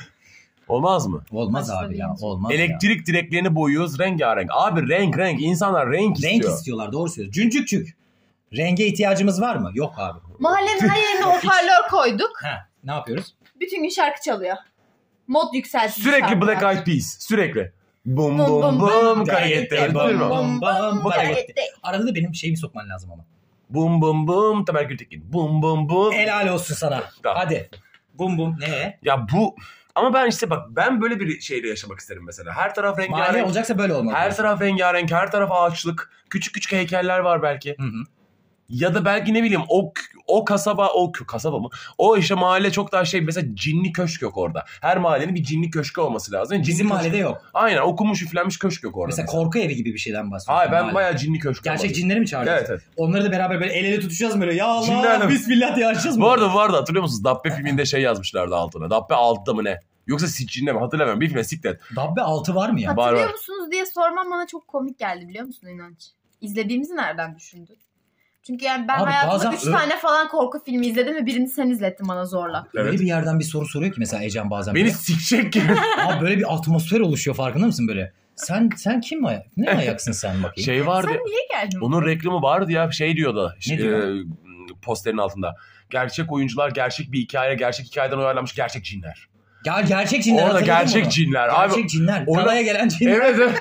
Olmaz mı? Olmaz Taş ve abi ya. benzin. Olmaz ya. Elektrik direklerini boyuyoruz, rengarenk. Abi renk renk. İnsanlar renk istiyor. Renk istiyorlar, doğru söylüyorsun. Cüncükçük. Renge ihtiyacımız var mı? Yok abi. Mahallenin her yerine hoparlör koyduk. Ha, ne yapıyoruz? Bütün gün şarkı çalıyor. Mod yükseltici Sürekli şarkılar. Black Eyed Peas. Sürekli. Bum Bum bum bum bum. bum. Kayette. Bum Bum bum. Bum bum bum. harekette. Arada da benim şeyimi sokman lazım ama. Bum bum bum. Tamer Gültekin. Bum bum bum. Helal olsun sana. Tamam. Hadi. Bum bum. Ne? Ya bu... Ama ben işte bak, ben böyle bir şeyle yaşamak isterim mesela. Her taraf Mahalle rengarenk. olacaksa böyle olmalı. Her taraf rengarenk. Her taraf ağaçlık. Küçük küçük heykeller var belki. Hı hı. Ya da belki ne bileyim o o kasaba o kasaba mı? O işte mahalle çok daha şey, mesela cinli köşk yok orada. Her mahallenin bir cinli köşkü olması lazım. Cinli Bizim köşk- mahallede yok. Aynen, okunmuş üflenmiş köşk yok orada. Mesela korku evi gibi bir şeyden bahsediyorum. Hayır, ben Mahalle. bayağı cinli köşk Gerçek olmalı. cinleri mi çağıracağız? Evet evet. Onları da beraber böyle el ele tutuşacağız böyle. Ya Allah, Cinlerle mi? bismillah diye açacağız mı? Bu arada bu arada hatırlıyor musunuz? Dabbe filminde şey yazmışlardı altına. Dabbe altta mı ne? Yoksa Siccin'de mi? Hatırlamıyorum. Bir filmde siklet. Dabbe altı var mı ya? Var, Hatırlıyor var. musunuz diye sormam bana çok komik geldi, biliyor musun İnanç? İzlediğimizi nereden düşündün? Çünkü yani ben Abi hayatımda bazen üç ö- tane falan korku filmi izledim ve birini sen izlettin bana zorla. Öyle Evet. bir yerden bir soru soruyor ki mesela Ecem bazen. Beni böyle. sikecek gibi. Abi böyle bir atmosfer oluşuyor, farkında mısın böyle? Sen sen kim ayak? Ne ayaksın sen bakayım? Şey vardı. Sen niye geldin? Onun reklamı vardı ya, şey diyordu. Ne diyor? e, posterin altında. Gerçek oyuncular, gerçek bir hikaye, gerçek hikayeden uyarlanmış gerçek cinler. Gel gerçek cinler. Orada hatırladın mı gerçek onu? cinler. Gerçek Abi, cinler. ona- Galaya gelen cinler. evet evet.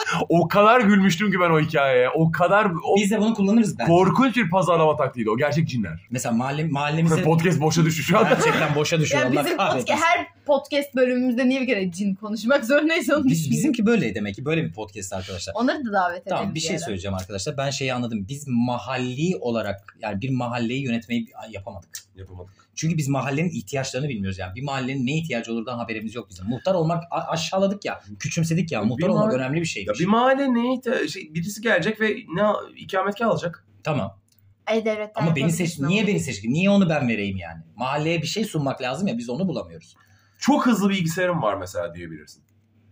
O kadar gülmüştüm ki ben o hikayeye. O kadar o Biz de bunu kullanırız ben. korkunç bir pazarlama taktiğiydi o. Gerçek cinler. Mesela mahalle, mahallemize Podcast boşa düştü şu anda. gerçekten boşa düşüyor. Yani Allah bizim kahretsin. podcast, her podcast bölümümüzde niye bir kere cin konuşmak zorundayız onu Biz, düşünüyorum. bizimki böyle demek ki. Böyle bir podcast arkadaşlar. Onları da davet edelim. Tamam, bir şey ara. söyleyeceğim arkadaşlar. Ben şeyi anladım. Biz mahalli olarak yani bir mahalleyi yönetmeyi yapamadık. Yapamadık. Çünkü biz mahallenin ihtiyaçlarını bilmiyoruz yani. Bir mahallenin ne ihtiyacı olurdan haberimiz yok bizim. Muhtar olmak a- aşağıladık ya, küçümsedik ya. Bir Muhtar olmak ma- önemli bir Ya şeymiş. bir mahalle ne ihtiya- şey, birisi gelecek ve ne ikametgah alacak. Tamam. Ay devletten Ama beni seç, yapabilirsin niye ama. beni seçti? Niye onu ben vereyim yani? Mahalleye bir şey sunmak lazım ya, biz onu bulamıyoruz. Çok hızlı bilgisayarım var mesela diyebilirsin.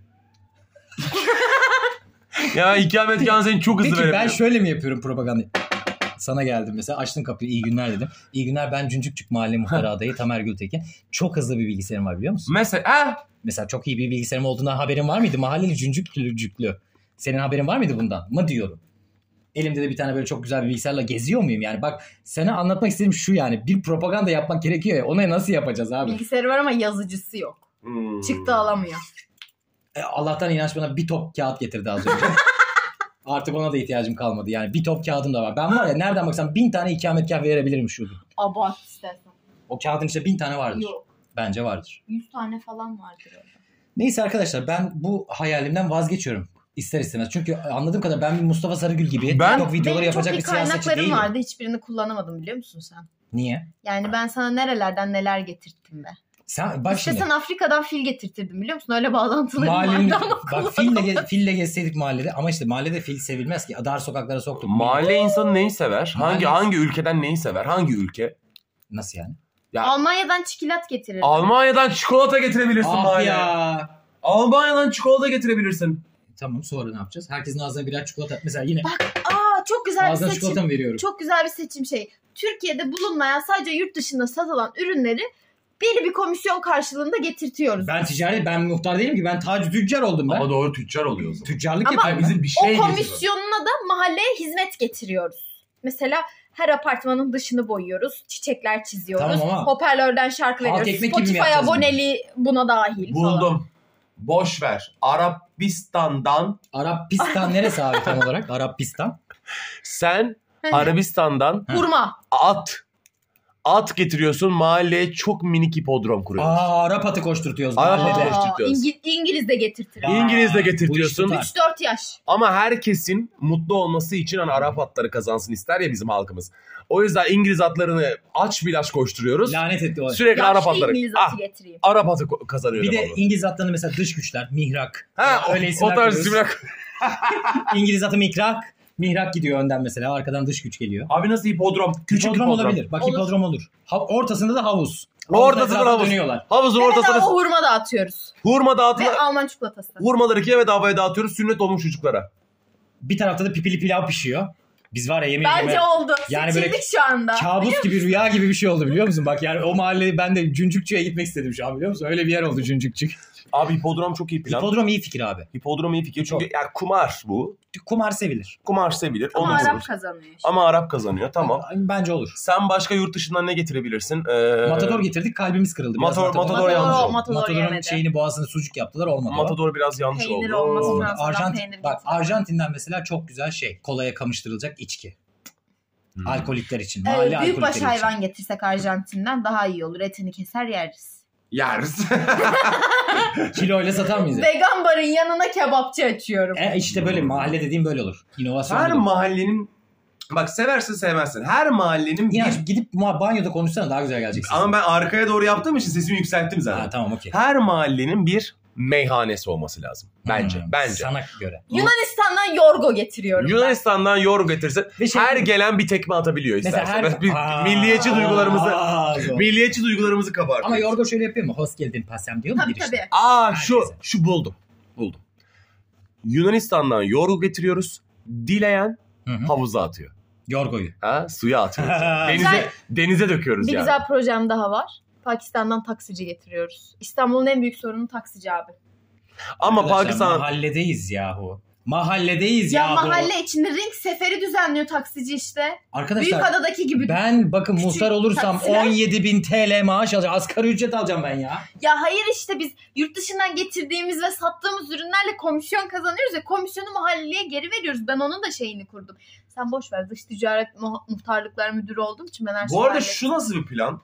Ya ikametgahın seni çok hızlı Peki ben verebilirim. şöyle mi yapıyorum propagandayı? Sana geldim mesela, açtım kapıyı, iyi günler dedim. İyi günler, ben Cüncükçük Mahalle Muhtarı adayı Tamer Gültekin. Çok hızlı bir bilgisayarım var, biliyor musun? Mesela ha? Mesela çok iyi bir bilgisayarım olduğundan haberin var mıydı? Mahalleli Cüncüklü. Senin haberin var mıydı bundan? Mı diyorum. Elimde de bir tane böyle çok güzel bir bilgisayarla geziyor muyum yani? Bak, sana anlatmak istediğim şu yani. Bir propaganda yapmak gerekiyor ya. Onu nasıl yapacağız abi? Bilgisayarı var ama yazıcısı yok. Hmm. Çıktı alamıyor. E, Allah'tan inanç bana bir top kağıt getirdi az önce. Artık ona da ihtiyacım kalmadı. Yani bir top kağıdım da var. Ben var ya nereden baksam bin tane ikametgah verebilirim şu gün. Abart istersen. O kağıdın içinde bin tane vardır. Yok. Bence vardır. Yüz tane falan vardır orada. Neyse arkadaşlar ben bu hayalimden vazgeçiyorum. İster istemez. Çünkü anladığım kadar ben bir Mustafa Sarıgül gibi Ben- TikTok videoları yapacak bir Benim çok iyi siyasetçi kaynaklarım değilim. vardı. Hiçbirini kullanamadım biliyor musun sen? Niye? Yani ben sana nerelerden neler getirttim be. Sen bak şimdi. İstesen Afrika'dan fil getirtirdim biliyor musun? Öyle bağlantılarım Mahallenin, vardı ama bak fille, ge- fille gezseydik mahallede ama işte mahallede fil sevilmez ki. Dar sokaklara soktuk. Mahalle insanı neyi sever? Hangi Mahalle- hangi ülkeden neyi sever? Hangi ülke? Nasıl yani? Ya, Almanya'dan çikolat getirirdim. Almanya'dan çikolata getirebilirsin Ah mahalleye. ya. Almanya'dan çikolata getirebilirsin. Tamam sonra ne yapacağız? Herkesin ağzına birer çikolata. Mesela yine Aa çok güzel bir ağzına seçim. çikolata mı veriyorum? Çok güzel bir seçim şey. Türkiye'de bulunmayan sadece yurt dışında satılan ürünleri belli bir komisyon karşılığında getirtiyoruz. Ben ticari, ben muhtar değilim ki. Ben tacı tüccar oldum ben. Ama doğru tüccar oluyor o zaman. Tüccarlık Ama yapıyorum ben. Bizim bir O şey getiriyor. komisyonuna da mahalleye hizmet getiriyoruz. Mesela her apartmanın dışını boyuyoruz. Çiçekler çiziyoruz. Tamam ama- Hoparlörden şarkı Halk veriyoruz. ekmek gibi mi Spotify yapacağız aboneli buna dahil falan. Buldum. Boş ver. Arabistan'dan Arapistan neresi abi tam olarak? Arapistan. sen Arabistan'dan Hurma. at at getiriyorsun, mahalleye çok minik hipodrom kuruyorsun. Aa Arap atı koşturtuyoruz Arap mahallede. atı. koşturuyoruz. İngi- İngiliz de getirtirim. Aa, İngiliz de bu iş getirtiyorsun. tutar. üç dört yaş. Ama herkesin mutlu olması için hani Arap atları kazansın ister ya bizim halkımız. O yüzden İngiliz atlarını aç bilaç koşturuyoruz. Lanet etti o. Sürekli Arap Yaşlı atları. İngiliz atı Ah, getireyim. Arap atı ko- kazanıyor. Bir de devamlı. İngiliz atlarını mesela dış güçler, mihrak. Ha, öyle o, isimler o tarz koyuyoruz. isimler. İngiliz atı mihrak. Mihrak gidiyor önden mesela. Arkadan dış güç geliyor. Abi nasıl hipodrom? Küçük hipodrom, hipodrom. olabilir. Bak Olur. hipodrom olur. Ha, ortasında da havuz. Ortasında Havuzun etrafında havuz. dönüyorlar. Havuzun Ve ortasına bedava hurma dağıtıyoruz. hurma dağıtılır. Ve Alman çikolatası. Hurmaları ikiye bedavaya dağıtıyoruz. Sünnet olmuş çocuklara. Bir tarafta da pipili pilav pişiyor. Biz var ya yemin Bence ederim. oldu. Yani böyle Seçildik şu anda. Kabus gibi, rüya gibi bir şey oldu biliyor musun? Bak yani o mahallede ben de Cüncükçü'ye gitmek istedim şu an biliyor musun? Öyle bir yer oldu Cüncükçük. Abi hipodrom çok iyi plan. Hipodrom iyi fikir abi. Hipodrom iyi fikir. Çünkü yani kumar bu. Kumar sevilir. Kumar sevilir. Ama Onu Arap vurur. kazanıyor işte. Ama Arap kazanıyor. Tamam. Bence olur. Sen başka yurt dışından ne getirebilirsin? Ee, Matador getirdik, kalbimiz kırıldı. Biraz Matador- Matador yanlış oldu. Matador Matador'un yemedi. şeyini, boğazını sucuk yaptılar, olmadı. o. Matador biraz yanlış Peynir oldu. olması Olmadı. Fransa'dan Arjantin, peynir bak getirdiler. Arjantin'den mesela çok güzel şey. Kolaya kamıştırılacak içki. Hmm. Alkolikler için. Evet, Mahalle büyükbaş alkolikleri için. hayvan getirsek Arjantin'den daha iyi olur. Etini keser yeriz. Yeriz. Kiloyla satar mıyız? Vegan barın yanına kebapçı açıyorum. E işte böyle mahalle dediğim böyle olur. İnovasyon. Her olur. mahallenin bak seversin sevmezsin. Her mahallenin İnan, bir... gidip ma- banyoda konuşsana daha güzel geleceksin. Ama ben arkaya doğru yaptığım için sesimi yükselttim zaten. Ha, tamam okey. Her mahallenin bir meyhanesi olması lazım. Bence. Hmm, Bence. Sana göre. Yunanistan'dan yorgo getiriyorum Yunanistan'dan yorum getirsin. Ve şey- her gelen bir tekme atabiliyor Mesela isterse. her... Bir Aa, milliyetçi duygularımızı aa, zor. milliyetçi duygularımızı kabartıyor. Ama Yorgo şöyle yapıyor mu? Hoş geldin pasem diyor ben. mu Tabii girişte? tabii. Aa şu Herkese. şu buldum. Buldum. Yunanistan'dan yorgu getiriyoruz. Dileyen Hı hı. havuza atıyor. Yorgo'yu. Ha, suya atıyoruz. denize Güzel. denize döküyoruz Bir yani. güzel projem daha var. Pakistan'dan taksici getiriyoruz. İstanbul'un en büyük sorunu taksici abi. Ama Arkadaşlar, Pakistan mahalledeyiz yahu. Mahalledeyiz Ya yahu. mahalle içinde ring seferi düzenliyor taksici işte. Arkadaşlar Büyükada'daki gibi. ben bakın Küçük muhtar olursam taksiler. on yedi bin T L maaş alacağım. Asgari ücret alacağım ben ya. Ya hayır işte biz yurt dışından getirdiğimiz ve sattığımız ürünlerle komisyon kazanıyoruz ya, komisyonu mahalleliye geri veriyoruz. Ben onun da şeyini kurdum. Sen boş ver, dış ticaret muh- muhtarlıklar müdürü olduğum için ben her şeyi bu arada hallettim. şu nasıl bir plan?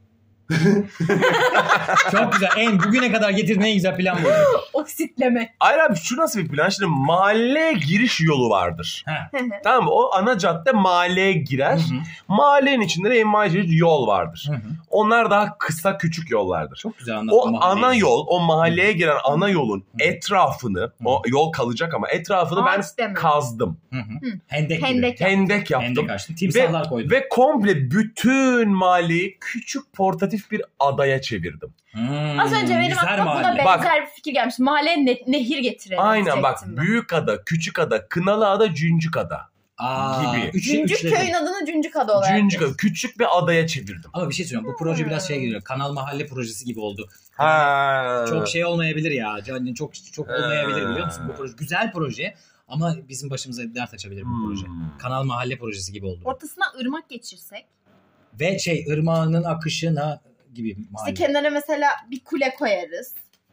Çok güzel. En bugüne kadar getirdiğin en güzel plan bu. Oksitleme. Hayır abi şu nasıl bir plan? Şimdi mahalleye giriş yolu vardır. Ha. Tamam mı? O ana cadde mahalleye girer. Hı hı. Mahallenin içinde de envai yol vardır. Hı hı. Onlar daha kısa küçük yollardır. Çok güzel anlattın. O mahalleyi. ana yol, o mahalleye giren ana yolun etrafını, o yol kalacak ama etrafını ben Ağaç deme. kazdım. Hı hı. Hendek gibi. Hendek. Hendek yaptım. Hendek açtın. Timsahlar koydun. Ve komple bütün mahalleyi küçük portatif bir adaya çevirdim. Hmm, Az önce benim güzel aklıma buna mahalle. Bak. benzer bir fikir gelmiş. Mahalleye ne- nehir getirelim. Aynen bak, diyecektim ben. büyük ada, küçük ada, Kınalı ada, Cüncük ada. Aa, gibi. Üç, Cüncük üçledi. köyün adını Cüncükada olarak. Cüncük ada, küçük bir adaya çevirdim. Ama bir şey söyleyeyim. Bu proje biraz şey geliyor. Kanal mahalle projesi gibi oldu. Ha. Çok şey olmayabilir ya. Yani çok çok olmayabilir biliyor musun bu proje? Güzel proje ama bizim başımıza dert açabilir bu Hmm. proje. Kanal mahalle projesi gibi oldu. Ortasına ırmak geçirsek. Ve şey ırmağının akışına gibi mahalle. İşte kenara mesela bir kule koyarız.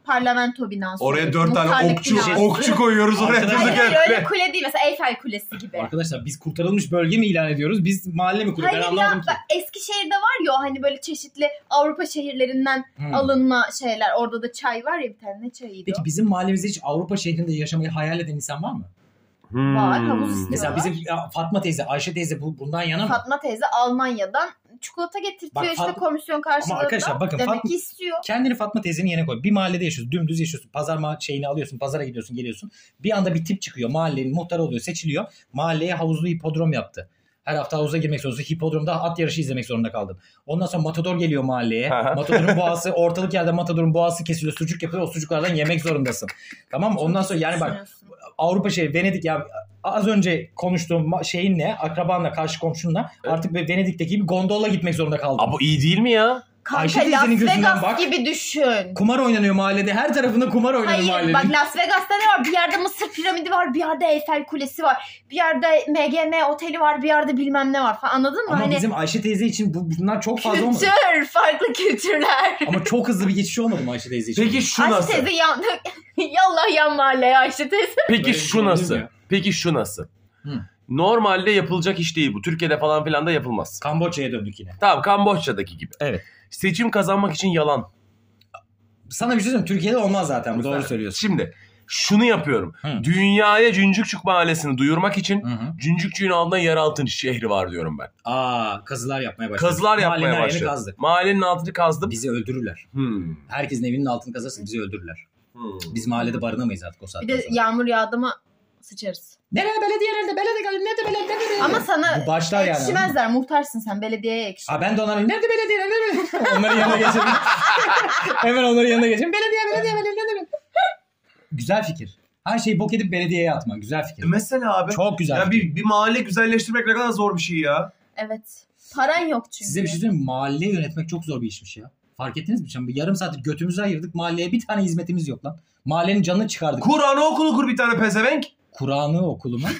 parlamento binası. Oraya olur, dört tane muhtarlık okçu, binası. okçu koyuyoruz oraya. Arkadaşlar- Hayır durduk hayır yere. öyle kule değil. Mesela Eyfel Kulesi gibi. Arkadaşlar biz kurtarılmış bölge mi ilan ediyoruz? Biz mahalle mi kuruyoruz? Ben Hayır anlamadım ya ki. bak, Eskişehir'de var ya o hani böyle çeşitli Avrupa şehirlerinden Hmm. alınma şeyler. Orada da çay var ya bir tane, ne çayıydı Peki o? bizim mahallemizde hiç Avrupa şehrinde yaşamayı hayal eden insan var mı? Hmm. Var, havuz istiyor. Mesela Diyorlar. bizim ya Fatma teyze, Ayşe teyze bu bundan yana mı? Fatma teyze Almanya'dan çikolata getirtiyor Bak, işte Fat- komisyon karşılığında. arkadaşlar bakın, Demek Fatma- ki istiyor. Kendini Fatma teyzenin yerine koy. Bir mahallede yaşıyorsun, dümdüz yaşıyorsun. Pazar ma- şeyini alıyorsun, pazara gidiyorsun, geliyorsun. Bir anda bir tip çıkıyor. Mahallenin muhtarı oluyor, seçiliyor. Mahalleye havuzlu hipodrom yaptı. Her hafta havuza girmek zorundasın. Hipodromda at yarışı izlemek zorunda kaldın. Ondan sonra matador geliyor mahalleye. Matadorun boğası, ortalık yerde matadorun boğası kesiliyor. Sucuk yapıyor. O sucuklardan yemek zorundasın. Tamam mı? Ondan sonra yani bak Düşünüyorsun. Avrupa şehri Venedik ya az önce konuştuğum ma- şeyinle, akrabanla, karşı komşunla artık bir Venedik'teki bir gondolla gitmek zorunda kaldım. Abi bu iyi değil mi ya? Ayşe Kanka Las teyzenin gözünden Vegas bak. gibi düşün. Kumar oynanıyor mahallede. Her tarafında kumar oynanıyor Hayır mahallenin. bak Las Vegas'ta ne var? Bir yerde Mısır piramidi var, bir yerde Eyfel Kulesi var, bir yerde M G M oteli var, bir yerde bilmem ne var falan, anladın mı? Ama hani bizim Ayşe teyze için bu, bunlar çok fazla olmadı. kültür, farklı kültürler. Ama çok hızlı bir geçiş olmadı mı Ayşe teyze için? Peki şu Ayşe nasıl? teyze yan, yallah yan mahalleye Ayşe teyze. Peki Böyle şu bir şey nasıl? değil mi? Peki şu nasıl? Hı. Normalde yapılacak iş değil bu. Türkiye'de falan filan da yapılmaz. Kamboçya'ya döndük yine. Tamam, Kamboçya'daki gibi. Evet. Seçim kazanmak için yalan. Sana bir şey söyleyeyim. Türkiye'de olmaz zaten. Bu doğru söylüyorsun. Şimdi şunu yapıyorum. Hı. Dünyaya Cüncükçük Mahallesi'ni duyurmak için Hı hı. Cüncükçük'ün altında yeraltı şehri var diyorum ben. Aa, kazılar yapmaya başladık. Kazılar Mahallenin yapmaya her yerini başladı. kazdık. Mahallenin altını kazdım. Bizi öldürürler. Hmm. Herkesin evinin altını kazarsa bizi öldürürler. Hmm. Biz mahallede barınamayız artık o saatten Bir de sonra. yağmur yağdı mı sıçarız. Nereye belediye nerede? Belediye geldi. Nerede belediye? Nerede? Ama sana Bu başlar yani. yetişmezler. Muhtarsın sen, belediyeye yetişir. Ha ben de onların nerede belediye? Nerede? Onların yanına geçelim. Hemen onların yanına geçelim. Belediye, belediye, belediye. belediye. Güzel fikir. Her şeyi bok edip belediyeye atma. Güzel fikir. Mesela abi. Çok güzel. Ya fikir. bir, bir mahalle güzelleştirmek ne kadar zor bir şey ya. Evet. Paran yok çünkü. Size bir şey söyleyeyim mi? Mahalleyi yönetmek çok zor bir işmiş ya. Fark ettiniz mi? Şimdi yarım saattir götümüzü ayırdık. Mahalleye bir tane hizmetimiz yok lan. Mahallenin canını çıkardık. Kur anaokulu kur bir tane pezevenk. Kur'an'ı okulu mu?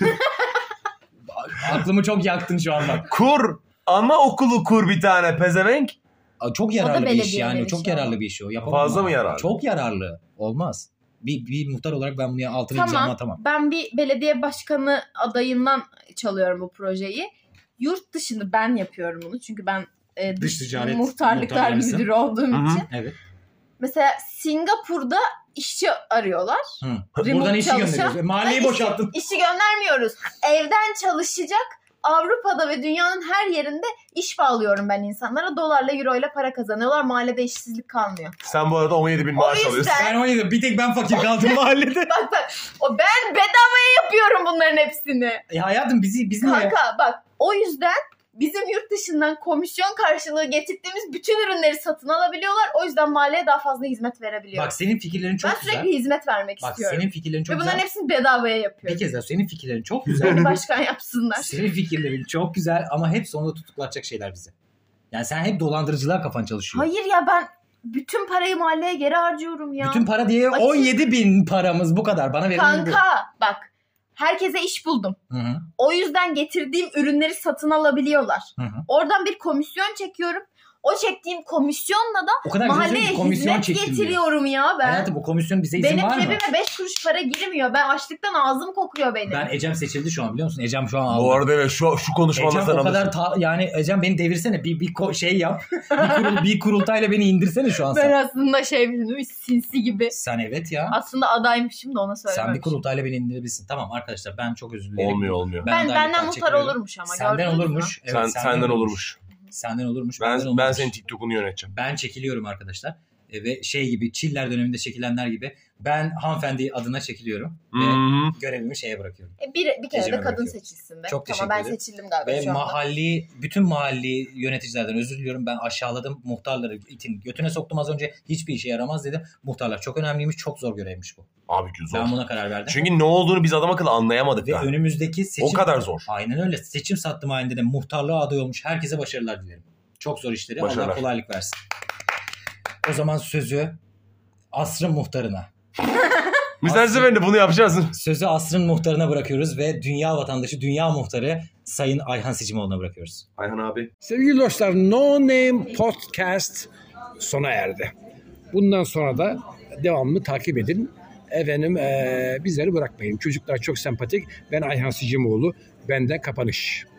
Aklımı çok yaktın şu an bak. Kur anaokulu kur bir tane pezevenk. Aa, çok O da yararlı bir iş belediyenin yani. işi Çok ama. yararlı bir iş o. Yapamam Fazla ben. mı yararlı? Çok yararlı. Olmaz. Bir, bir muhtar olarak ben bunu altına imzamı Tamam. atamam. Ben bir belediye başkanı adayından çalıyorum bu projeyi. Yurt dışını ben yapıyorum bunu. Çünkü ben e, Dış dış ticaret muhtarlıklar muhtarlarısın. müdürü olduğum Hı hı. için. Evet. Mesela Singapur'da işçi arıyorlar. Hı. Remote Buradan işi çalışan- gönderiyoruz. E, Mahalleyi Hayır, boşalttın. İşi, işi göndermiyoruz. Evden çalışacak. Avrupa'da ve dünyanın her yerinde iş bağlıyorum ben insanlara. Dolarla, euroyla para kazanıyorlar. Mahallede işsizlik kalmıyor. Sen bu arada on yedi bin O maaş yüzden- alıyorsun. Ben o yüzden bir tek ben fakir kaldım mahallede. Bak bak. O ben bedavaya yapıyorum bunların hepsini. E hayatım bizi biz niye? Kanka bak o yüzden bizim yurt dışından komisyon karşılığı getirdiğimiz bütün ürünleri satın alabiliyorlar. O yüzden mahalleye daha fazla hizmet verebiliyor. Bak senin fikirlerin çok ben güzel. sürekli hizmet vermek Bak istiyorum. senin fikirlerin çok Ve bunların güzel. hepsini bedavaya Bir yapıyorum. kez daha senin fikirlerin çok güzel. Beni başkan yapsınlar. Senin fikirlerin çok güzel ama hep sonunda tutuklatacak şeyler bizi. Yani sen hep dolandırıcılığa kafan çalışıyor. Hayır ya ben bütün parayı mahalleye geri harcıyorum ya. Bütün para diye Açık. on yedi bin paramız bu kadar. Bana verilen bu. Kanka bak herkese iş buldum. Hı hı, O yüzden getirdiğim ürünleri satın alabiliyorlar. hı hı. Oradan bir komisyon çekiyorum. O çektiğim komisyonla da O kadar güzel mahalleye söylüyorsun ki komisyon hizmet çektim diyor. getiriyorum ya ben. Hayatım o komisyon bize izin Benim var mı? cebime beş kuruş para girmiyor. Ben açlıktan ağzım kokuyor benim. Ben Ecem seçildi şu an biliyor musun? Ecem şu an aldı. Bu arada evet şu, şu konuşmanda Ecem sana o kadar ta- yani Ecem beni devirsene bir bir ko- şey yap. bir, kurul, bir kurultayla beni indirsene şu an Ben sen. aslında şey bilmiyorum, sinsi gibi. Sen evet ya. Aslında adaymışım da ona Sen söylememişim. bir kurultayla beni indirebilirsin. Tamam arkadaşlar ben çok özür dilerim. olmuyor olmuyor. Ben, adaylıktan benden muhtar çekiliyorum. olurmuş ama Senden gördünüz mü? olurmuş. Evet, Sen, senden olurmuş. Senden olurmuş. Ben benden ben olmazmış. senin TikTok'unu yöneteceğim. Ben çekiliyorum arkadaşlar. E, ve şey gibi Çiller döneminde çekilenler gibi ben hanımefendi adına çekiliyorum. Ve Hı-hı. görevimi şeye bırakıyorum. E, bir, bir kere Ecem'e de kadın bırakıyorum. seçilsin be. Çok Tamam ben teşekkür ederim. seçildim galiba Ve şu anda. mahalli, bütün mahalli yöneticilerden özür diliyorum. Ben aşağıladım. Muhtarları itin götüne soktum az önce. Hiçbir işe yaramaz dedim. Muhtarlar çok önemliymiş. Çok zor görevmiş bu. Abi zor. Ben buna karar verdim. Çünkü ne olduğunu biz adam akıllı anlayamadık Ve da. önümüzdeki seçim... O kadar zor. Aynen öyle. Seçim sattım halinde de muhtarlığa aday olmuş. Herkese başarılar dilerim. Çok zor işleri. Allah Başarılar. kolaylık versin. O zaman sözü asrın muhtarına. Müsaade ben de bunu yapacağız. Sözü asrın muhtarına bırakıyoruz ve dünya vatandaşı, dünya muhtarı Sayın Ayhan Sicimoğlu'na bırakıyoruz. Ayhan abi. Sevgili dostlar, No Name Podcast sona erdi. Bundan sonra da devamlı takip edin. Efendim ee, bizleri bırakmayın. Çocuklar çok sempatik. Ben Ayhan Sicimoğlu. Benden kapanış.